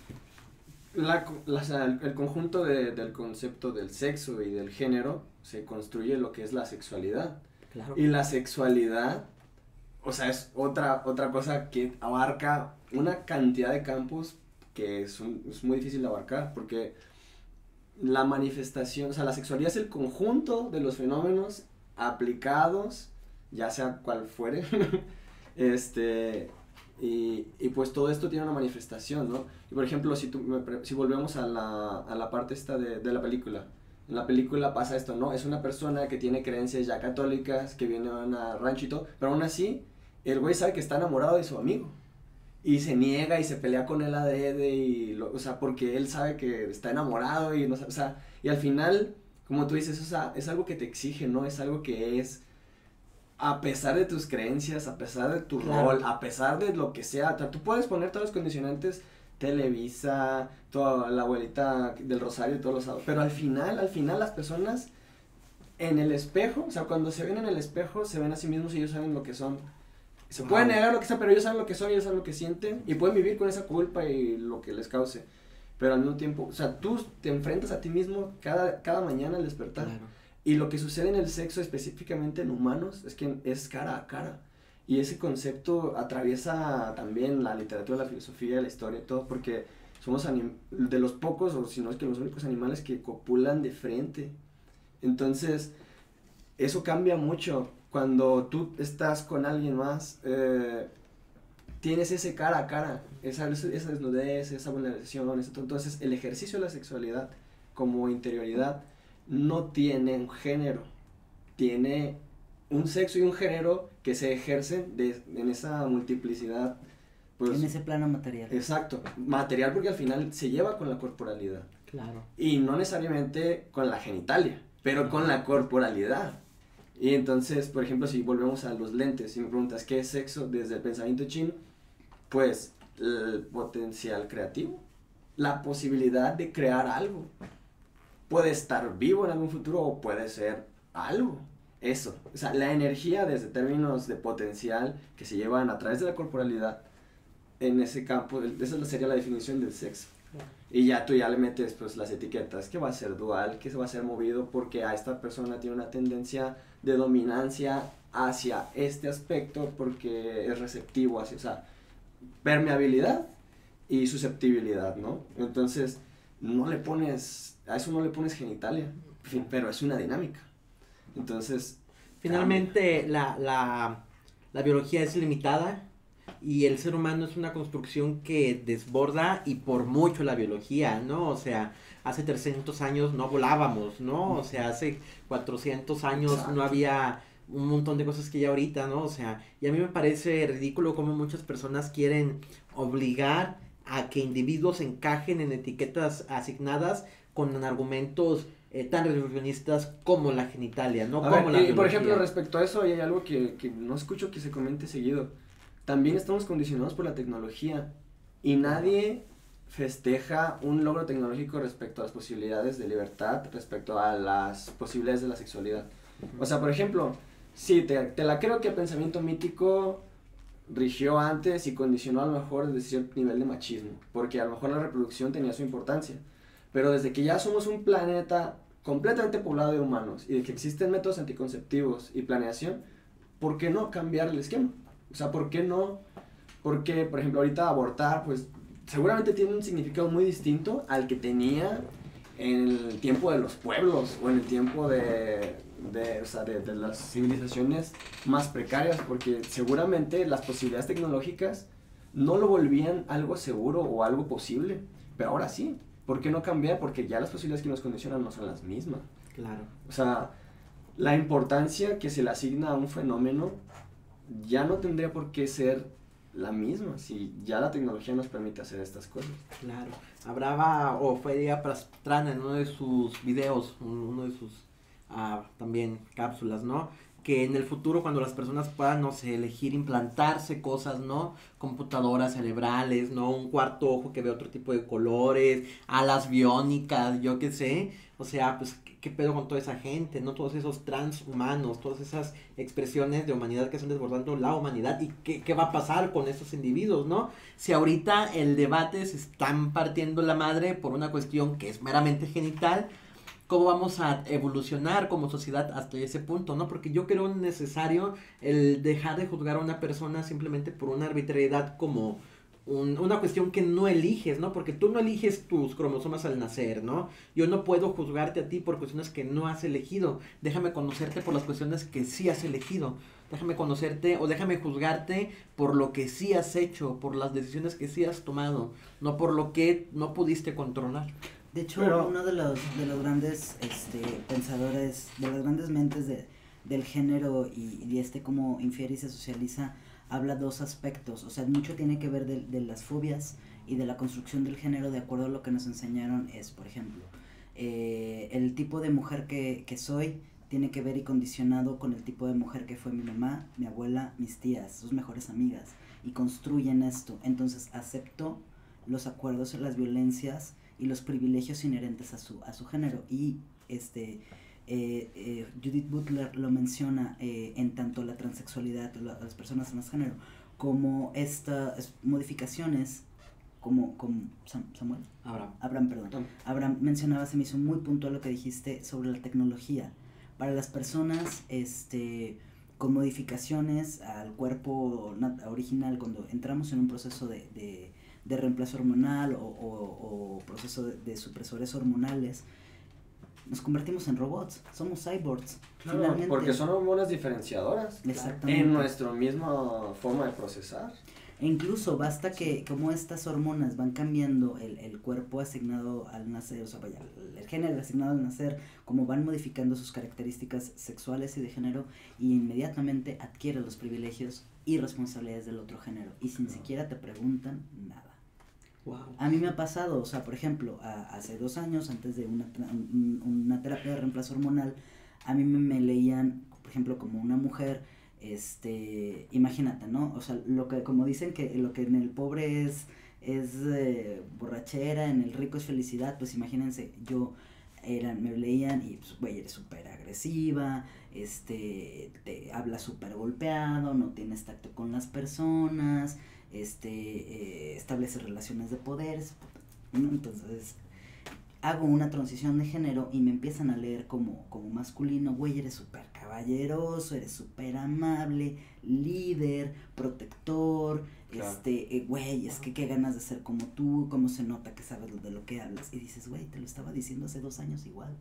la, co- la- o sea, el, el conjunto de- del concepto del sexo y del género se construye lo que es la sexualidad. Claro. Y la sexualidad, o sea, es otra, otra cosa que abarca una cantidad de campos que es, un- es muy difícil de abarcar, porque la manifestación, o sea, la sexualidad es el conjunto de los fenómenos aplicados, ya sea cual fuere, este, y, y pues todo esto tiene una manifestación, ¿no? Y por ejemplo, si, tú me pre- si volvemos a la, a la parte esta de, de la película, en la película pasa esto, ¿no? Es una persona que tiene creencias ya católicas, que viene a una rancho y todo, pero aún así, el güey sabe que está enamorado de su amigo. Y se niega y se pelea con él adrede y, lo, o sea, porque él sabe que está enamorado y no sa- o sea, y al final, como tú dices, o sea, es algo que te exige, ¿no? Es algo que es, a pesar de tus creencias, a pesar de tu Claro. rol, a pesar de lo que sea, o sea, tú puedes poner todos los condicionantes, Televisa, toda la abuelita del Rosario y todos los sábados, pero al final, al final las personas en el espejo, o sea, cuando se ven en el espejo, se ven a sí mismos y ellos saben lo que son. Se Wow. pueden negar lo que sea, pero ellos saben lo que son, ellos saben lo que sienten y pueden vivir con esa culpa y lo que les cause. Pero al mismo tiempo, o sea, tú te enfrentas a ti mismo cada, cada mañana al despertar. Claro. Y lo que sucede en el sexo, específicamente en humanos, es que es cara a cara. Y ese concepto atraviesa también la literatura, la filosofía, la historia y todo, porque somos anim- de los pocos, o si no es que los únicos animales que copulan de frente. Entonces, eso cambia mucho. Cuando tú estás con alguien más, eh, tienes ese cara a cara, esa, esa desnudez, esa vulneración, esa- entonces el ejercicio de la sexualidad como interioridad no tiene un género, tiene un sexo y un género que se ejercen de, en esa multiplicidad, pues, en ese plano material. exacto, material, porque al final se lleva con la corporalidad Claro. y no necesariamente con la genitalia, pero con la corporalidad. Y entonces, por ejemplo, si volvemos a los lentes, si me preguntas qué es sexo desde el pensamiento chino, pues, el potencial creativo, la posibilidad de crear algo. Puede estar vivo en algún futuro o puede ser algo. Eso, o sea, la energía desde términos de potencial que se llevan a través de la corporalidad, en ese campo, esa sería la definición del sexo. Y ya tú ya le metes pues las etiquetas, que va a ser dual, que se va a ser movido porque a esta persona tiene una tendencia de dominancia hacia este aspecto porque es receptivo hacia, o sea, permeabilidad y susceptibilidad, ¿no? Entonces, no le pones, a eso no le pones genitalia, pero es una dinámica. Entonces, finalmente la, la, la biología es limitada y el ser humano es una construcción que desborda y por mucho la biología, ¿no? O sea, hace trescientos años no volábamos, ¿no? O sea, hace cuatrocientos años Exacto. no había un montón de cosas que ya ahorita, ¿no? O sea, y a mí me parece ridículo cómo muchas personas quieren obligar a que individuos encajen en etiquetas asignadas con argumentos eh, tan reduccionistas como la genitalia, ¿no? A como ver, la y por ejemplo, respecto a eso, hay algo que, que no escucho que se comente seguido. También estamos condicionados por la tecnología y nadie festeja un logro tecnológico respecto a las posibilidades de libertad, respecto a las posibilidades de la sexualidad. Uh-huh. O sea, por ejemplo, sí, te, te la creo que el pensamiento mítico rigió antes y condicionó a lo mejor desde cierto nivel de machismo, porque a lo mejor la reproducción tenía su importancia, pero desde que ya somos un planeta completamente poblado de humanos y de que existen métodos anticonceptivos y planeación, ¿por qué no cambiar el esquema? O sea, ¿por qué no? Porque, por ejemplo, ahorita abortar, pues, seguramente tiene un significado muy distinto al que tenía en el tiempo de los pueblos o en el tiempo de, de, o sea, de, de las civilizaciones más precarias, porque seguramente las posibilidades tecnológicas no lo volvían algo seguro o algo posible, pero ahora sí. ¿Por qué no cambiar? Porque ya las posibilidades que nos condicionan no son las mismas. Claro. O sea, la importancia que se le asigna a un fenómeno ya no tendría por qué ser la misma si ya la tecnología nos permite hacer estas cosas. Claro. Hablaba Ofelia Pastrana en uno de sus videos, uno de sus uh, también cápsulas, ¿no? Que en el futuro cuando las personas puedan, no sé, elegir implantarse cosas, ¿no? Computadoras cerebrales, ¿no? Un cuarto ojo que ve otro tipo de colores, alas biónicas, yo qué sé. O sea, pues, ¿qué, qué pedo con toda esa gente, ¿no? Todos esos transhumanos, todas esas expresiones de humanidad que están desbordando la humanidad. ¿Y qué, qué va a pasar con esos individuos, no? Si ahorita el debate se están partiendo la madre por una cuestión que es meramente genital, ¿cómo vamos a evolucionar como sociedad hasta ese punto, no? Porque yo creo necesario el dejar de juzgar a una persona simplemente por una arbitrariedad como un, una cuestión que no eliges, ¿no? Porque tú no eliges tus cromosomas al nacer, ¿no? Yo no puedo juzgarte a ti por cuestiones que no has elegido. Déjame conocerte por las cuestiones que sí has elegido. Déjame conocerte o déjame juzgarte por lo que sí has hecho, por las decisiones que sí has tomado, no por lo que no pudiste controlar. De hecho, Pero, uno de los, de los grandes este, pensadores, de las grandes mentes de, del género y, y de este cómo infiere y se socializa, habla dos aspectos. O sea, mucho tiene que ver de, de las fobias y de la construcción del género de acuerdo a lo que nos enseñaron es, por ejemplo, eh, el tipo de mujer que, que soy tiene que ver y condicionado con el tipo de mujer que fue mi mamá, mi abuela, mis tías, sus mejores amigas, y construyen esto. Entonces, acepto los acuerdos, las violencias y los privilegios inherentes a su a su género y este eh, eh, Judith Butler lo menciona eh, en tanto la transexualidad, la, las personas transgénero como estas modificaciones como, como Sam, Samuel Abraham Abraham perdón Tom. Abraham mencionaba, se me hizo muy puntual lo que dijiste sobre la tecnología para las personas este con modificaciones al cuerpo original cuando entramos en un proceso de, de de reemplazo hormonal o, o, o proceso de, de supresores hormonales, nos convertimos en robots, somos cyborgs. Claro, finalmente. Porque son hormonas diferenciadoras. Exactamente. En nuestra misma forma de procesar. E incluso basta que como estas hormonas van cambiando el, el cuerpo asignado al nacer, o sea, vaya, el género asignado al nacer, como van modificando sus características sexuales y de género, y inmediatamente adquiere los privilegios y responsabilidades del otro género, y sin claro. siquiera te preguntan nada. Wow. A mí me ha pasado, o sea, por ejemplo, a, hace dos años, antes de una, un, una terapia de reemplazo hormonal, a mí me, me leían, por ejemplo, como una mujer este, imagínate, ¿no? O sea, lo que, como dicen que lo que en el pobre es, es eh, borrachera, en el rico es felicidad, pues imagínense, yo, eran, me leían y, pues, güey, eres súper agresiva, este, te hablas súper golpeado, no tienes tacto con las personas, este, eh, estableces relaciones de poderes, ¿no? Entonces, hago una transición de género y me empiezan a leer como, como masculino, güey, eres súper caballeroso, eres súper amable, líder, protector, claro. este, eh, güey, es que qué ganas de ser como tú, cómo se nota que sabes de lo que hablas, y dices, güey, te lo estaba diciendo hace dos años igual,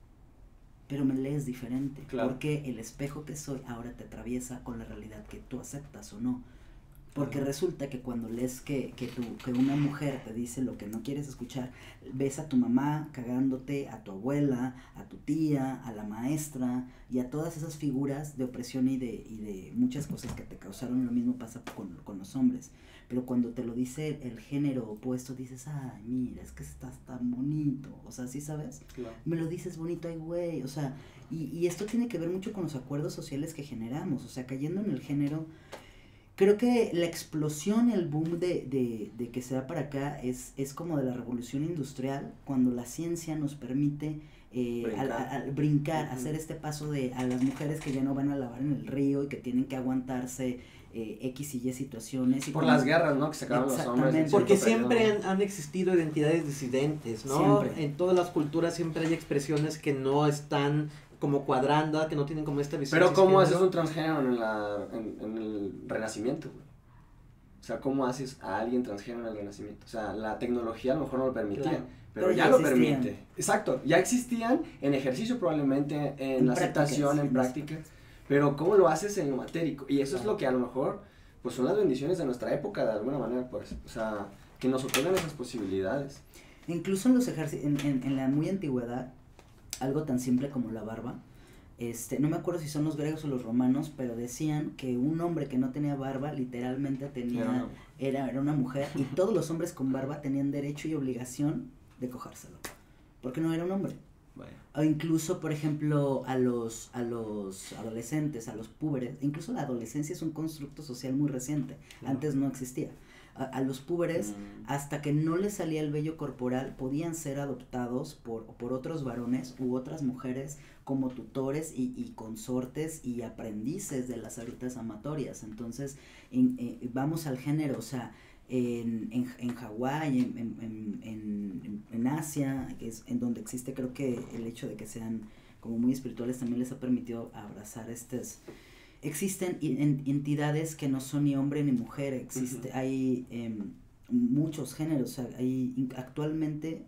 pero me lees diferente, claro. porque el espejo que soy ahora te atraviesa con la realidad que tú aceptas o no. Porque uh-huh. resulta que cuando lees que, que, tu, que una mujer te dice lo que no quieres escuchar, ves a tu mamá cagándote, a tu abuela, a tu tía, a la maestra y a todas esas figuras de opresión y de, y de muchas cosas que te causaron, lo mismo pasa con, con los hombres. Pero cuando te lo dice el género opuesto, dices, ay, mira, es que estás tan bonito, o sea, ¿sí sabes? Claro. Me lo dices bonito, ay, güey, o sea, y, y esto tiene que ver mucho con los acuerdos sociales que generamos, o sea, cayendo en el género. Creo que la explosión, el boom de, de, de que se da para acá es, es como de la revolución industrial, cuando la ciencia nos permite eh, brincar, a, a, a brincar uh-huh. hacer este paso de a las mujeres que ya no van a lavar en el río y que tienen que aguantarse eh, X y Y situaciones. Y por como, las guerras, ¿no? Que se acaban los hombres. Porque siempre han, han existido identidades disidentes, ¿no? Siempre. En todas las culturas siempre hay expresiones que no están como cuadrando, que no tienen como esta visión. Pero ¿cómo haces un transgénero en, la, en, en el Renacimiento, güey? O sea, ¿cómo haces a alguien transgénero en el Renacimiento? O sea, la tecnología a lo mejor no lo permitía, claro, pero, pero ya, ya lo permite. Exacto, ya existían en ejercicio probablemente, en, en aceptación, en práctica, pero ¿cómo lo haces en lo matérico? Y eso claro. es lo que a lo mejor, pues son las bendiciones de nuestra época, de alguna manera, pues, o sea, que nos otorgan esas posibilidades. Incluso en los ejercicios, en, en, en la muy antigüedad, algo tan simple como la barba, este, no me acuerdo si son los griegos o los romanos, pero decían que un hombre que no tenía barba literalmente tenía, era, era una mujer, y todos los hombres con barba tenían derecho y obligación de cogérselo, porque no era un hombre. Bueno. O incluso, por ejemplo, a los, a los adolescentes, a los púberes, incluso la adolescencia es un constructo social muy reciente, no. antes no existía. A, a los púberes, mm. hasta que no les salía el vello corporal, podían ser adoptados por, por otros varones u otras mujeres como tutores y, y consortes y aprendices de las artes amatorias. Entonces, en, en, vamos al género, o sea, en, en, en Hawái, en, en, en, en Asia, que es en donde existe, creo que el hecho de que sean como muy espirituales también les ha permitido abrazar estas... Existen entidades que no son ni hombre ni mujer, existe, uh-huh. hay eh, muchos géneros, o sea, hay actualmente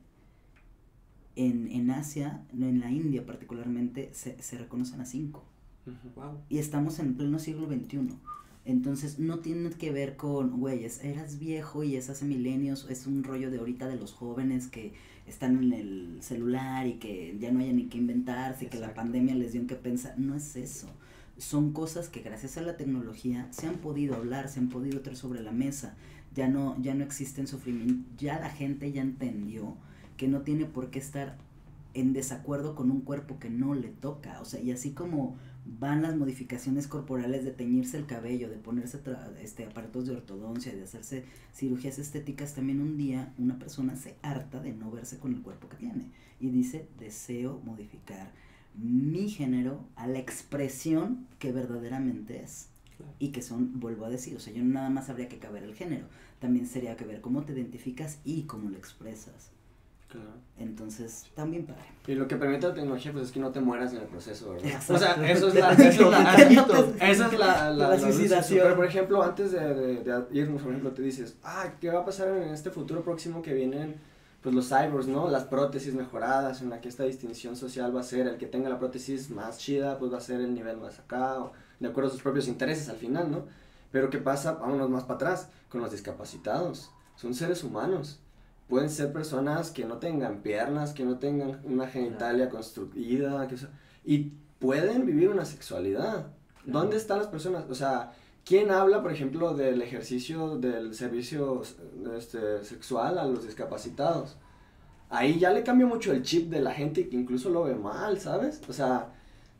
en, en Asia, en la India particularmente, se, se reconocen a cinco, uh-huh. wow. y estamos en pleno siglo veintiuno, entonces no tiene que ver con, güey, eras viejo y es hace milenios, es un rollo de ahorita de los jóvenes que están en el celular y que ya no hay ni que inventarse, exacto. que la pandemia les dio en qué pensar, no es eso. Son cosas que gracias a la tecnología se han podido hablar, se han podido traer sobre la mesa, ya no, ya no existen sufrimiento, ya la gente ya entendió que no tiene por qué estar en desacuerdo con un cuerpo que no le toca, o sea, y así como van las modificaciones corporales de teñirse el cabello, de ponerse tra- este aparatos de ortodoncia, de hacerse cirugías estéticas, también un día una persona se harta de no verse con el cuerpo que tiene y dice, deseo modificar mi género a la expresión que verdaderamente es, claro. y que son, vuelvo a decir, o sea, yo no nada más habría que caber el género, también sería que ver cómo te identificas y cómo lo expresas. Claro. Entonces, también padre. Y lo que permite la tecnología, pues es que no te mueras en el proceso, ¿verdad? Exacto. O sea, eso es la, eso es la, esa es la, la, la suicidación. Pero, por ejemplo, antes de, de, de irnos, por ejemplo, te dices, ah, ¿qué va a pasar en este futuro próximo que vienen? Pues los cyborgs, ¿no? Las prótesis mejoradas, en la que esta distinción social va a ser el que tenga la prótesis más chida, pues va a ser el nivel más acá, o de acuerdo a sus propios intereses al final, ¿no? Pero ¿qué pasa? Vámonos más para atrás, con los discapacitados. Son seres humanos. Pueden ser personas que no tengan piernas, que no tengan una genitalia construida, que, o sea, y pueden vivir una sexualidad. Claro. ¿Dónde están las personas? O sea, ¿quién habla, por ejemplo, del ejercicio del servicio este, sexual a los discapacitados? Ahí ya le cambia mucho el chip de la gente que incluso lo ve mal, ¿sabes? O sea,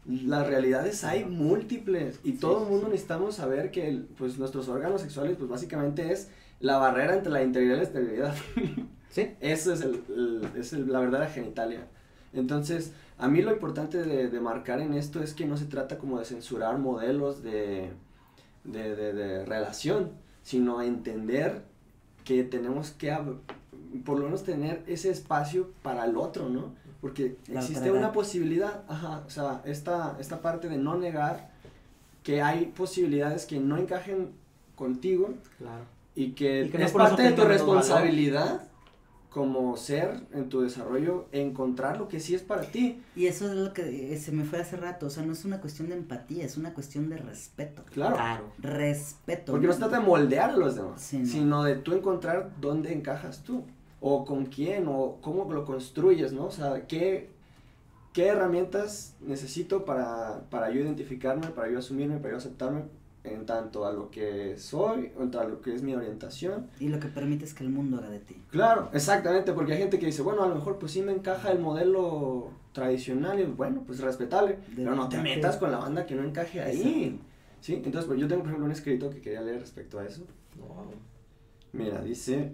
Las realidades hay múltiples y Sí, todo el sí, mundo sí. necesitamos saber que el- pues nuestros órganos sexuales pues básicamente es la barrera entre la integridad y la esterilidad. Sí. Eso es, el, el- es el- la verdadera genitalia. Entonces, a mí lo importante de, de marcar en esto es que no se trata como de censurar modelos de, de, de, de relación, sino entender que tenemos que ab- por lo menos tener ese espacio para el otro, ¿no? Porque La existe otredad. una posibilidad, ajá, o sea, esta, esta parte de no negar que hay posibilidades que no encajen contigo Claro. y que, Y que no es por eso parte de tu tengan menos valor. responsabilidad como ser en tu desarrollo encontrar lo que sí es para ti. Y eso es lo que eh, se me fue hace rato, o sea, no es una cuestión de empatía, es una cuestión de respeto. Claro. Claro. Respeto. Porque no se trata de moldear a los demás, Sí, no. sino de tú encontrar dónde encajas tú, o con quién, o cómo lo construyes, ¿no? O sea, qué, qué herramientas necesito para, para yo identificarme, para yo asumirme, para yo aceptarme en tanto a lo que soy, en tanto a lo que es mi orientación. Y lo que permite es que el mundo haga de ti. Claro, exactamente, porque hay gente que dice, bueno, a lo mejor pues sí me encaja el modelo tradicional, y bueno, pues respetable, De pero no te verdad que- metas con la banda que no encaje ahí. Exacto. ¿Sí? Entonces, pues yo tengo, por ejemplo, un escrito que quería leer respecto a eso. Wow. Mira, dice...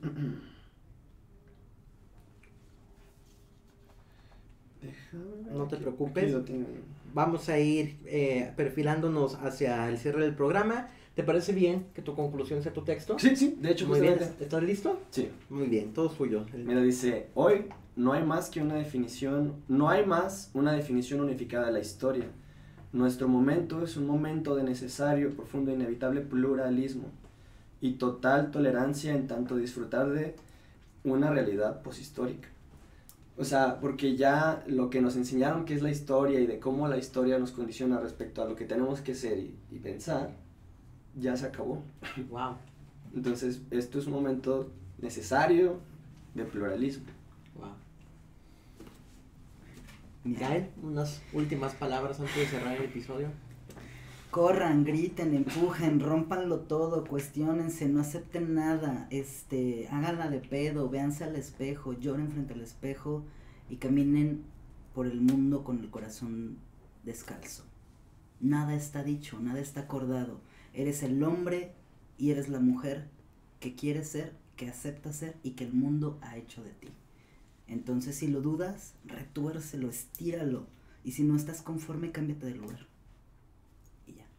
Déjame ver No te aquí, preocupes. aquí lo tengo. Vamos a ir eh, perfilándonos hacia el cierre del programa. ¿Te parece bien que tu conclusión sea tu texto? Sí, sí, de hecho, Muy bien. justamente. ¿Estás listo? Sí. Muy bien, todo suyo. El- Mira, dice, hoy no hay más que una definición, no hay más una definición unificada de la historia. Nuestro momento es un momento de necesario, profundo e inevitable pluralismo y total tolerancia en tanto disfrutar de una realidad poshistórica. O sea, porque ya lo que nos enseñaron que es la historia y de cómo la historia nos condiciona respecto a lo que tenemos que ser y, y pensar, ya se acabó. Wow. Entonces, esto es un momento necesario de pluralismo. Wow. Gael, unas últimas palabras antes de cerrar el episodio. Corran, griten, empujen, rómpanlo todo, cuestionense, no acepten nada, este, háganla de pedo, véanse al espejo, lloren frente al espejo y caminen por el mundo con el corazón descalzo. Nada está dicho, nada está acordado. Eres el hombre y eres la mujer que quieres ser, que aceptas ser y que el mundo ha hecho de ti. Entonces, si lo dudas, retuércelo, estíralo. Y si no estás conforme, cámbiate de lugar. Y ya.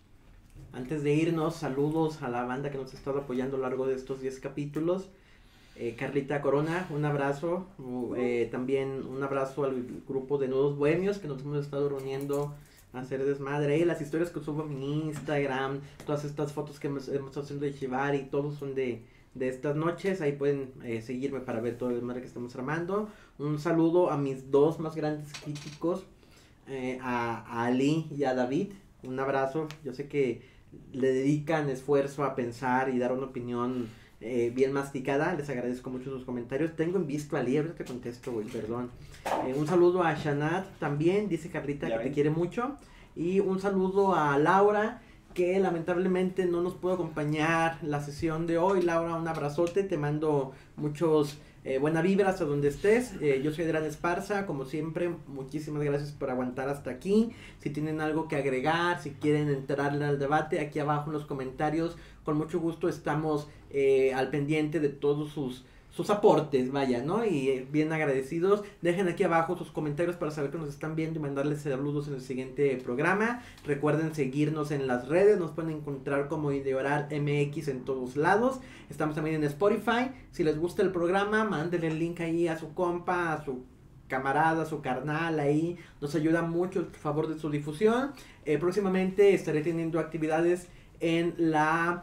Antes de irnos, saludos a la banda que nos ha estado apoyando a lo largo de estos diez capítulos. Eh, Carlita Corona, un abrazo. Uh, eh, también un abrazo al grupo de Nudos Bohemios que nos hemos estado reuniendo a hacer desmadre. Y las historias que subo en mi Instagram, todas estas fotos que hemos, hemos estado haciendo de Shibari, todos son de, de estas noches. Ahí pueden eh, seguirme para ver todo el desmadre que estamos armando. Un saludo a mis dos más grandes críticos, eh, a, a Ali y a David. Un abrazo. Yo sé que le dedican esfuerzo a pensar y dar una opinión eh, bien masticada. Les agradezco mucho sus comentarios. Tengo en visto a Ali, ahorita te contesto, güey, perdón. Eh, un saludo a Shanat también, dice Carlita Ya que ven. te quiere mucho. Y un saludo a Laura, que lamentablemente no nos pudo acompañar la sesión de hoy. Laura, un abrazote, te mando muchos eh, buena vibra hasta donde estés. Eh, yo soy Adrián Esparza, como siempre, muchísimas gracias por aguantar hasta aquí. Si tienen algo que agregar, si quieren entrarle al debate, aquí abajo en los comentarios, con mucho gusto estamos eh, al pendiente de todos sus sus aportes, vaya, ¿no? Y eh, bien agradecidos. Dejen aquí abajo sus comentarios para saber que nos están viendo y mandarles saludos en el siguiente programa. Recuerden seguirnos en las redes, nos pueden encontrar como Ideoral M X en todos lados. Estamos también en Spotify. Si les gusta el programa, mándenle el link ahí a su compa, a su camarada, a su carnal ahí. Nos ayuda mucho el favor de su difusión. Eh, próximamente estaré teniendo actividades en la,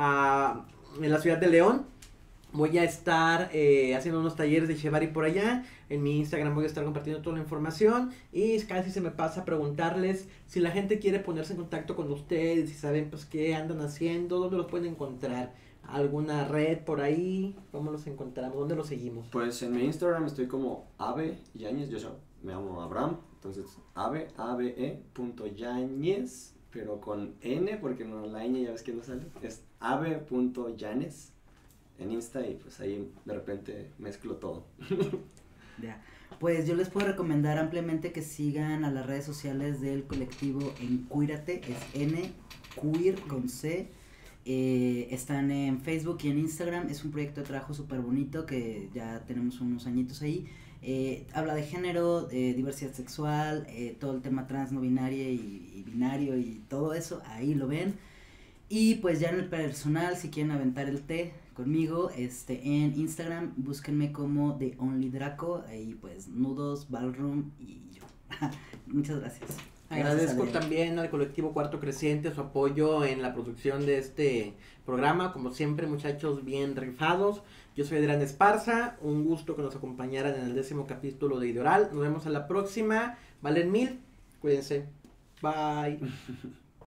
uh, en la ciudad de León. Voy a estar eh, haciendo unos talleres de Shibari por allá. En mi Instagram voy a estar compartiendo toda la información. Y casi se me pasa preguntarles si la gente quiere ponerse en contacto con ustedes. Si saben pues qué andan haciendo, dónde los pueden encontrar. ¿Alguna red por ahí? ¿Cómo los encontramos? ¿Dónde los seguimos? Pues en mi Instagram estoy como Ave Yañez, yo soy, me llamo Abraham, entonces Ave, A B E punto Yañez, pero con N, porque no, la ñ ya ves que no sale, es Ave punto Yañez en Insta y pues ahí de repente mezclo todo. Ya. Pues yo les puedo recomendar ampliamente que sigan a las redes sociales del colectivo Encuírate, es N, queer con C. Eh, están en Facebook y en Instagram, es un proyecto de trabajo súper bonito que ya tenemos unos añitos ahí. Eh, habla de género, eh, diversidad sexual, eh, todo el tema trans, no binario y, y binario y todo eso, ahí lo ven. Y pues ya en el personal, si quieren aventar el té conmigo, este, en Instagram, búsquenme como The Only Draco, ahí pues nudos, ballroom y yo. Muchas gracias. Agradezco Gracias, también al colectivo Cuarto Creciente su apoyo en la producción de este programa. Como siempre, muchachos, bien rifados. Yo soy Adrián Esparza. Un gusto que nos acompañaran en el décimo capítulo de Ideoral. Nos vemos a la próxima. Valen mil. Cuídense. Bye.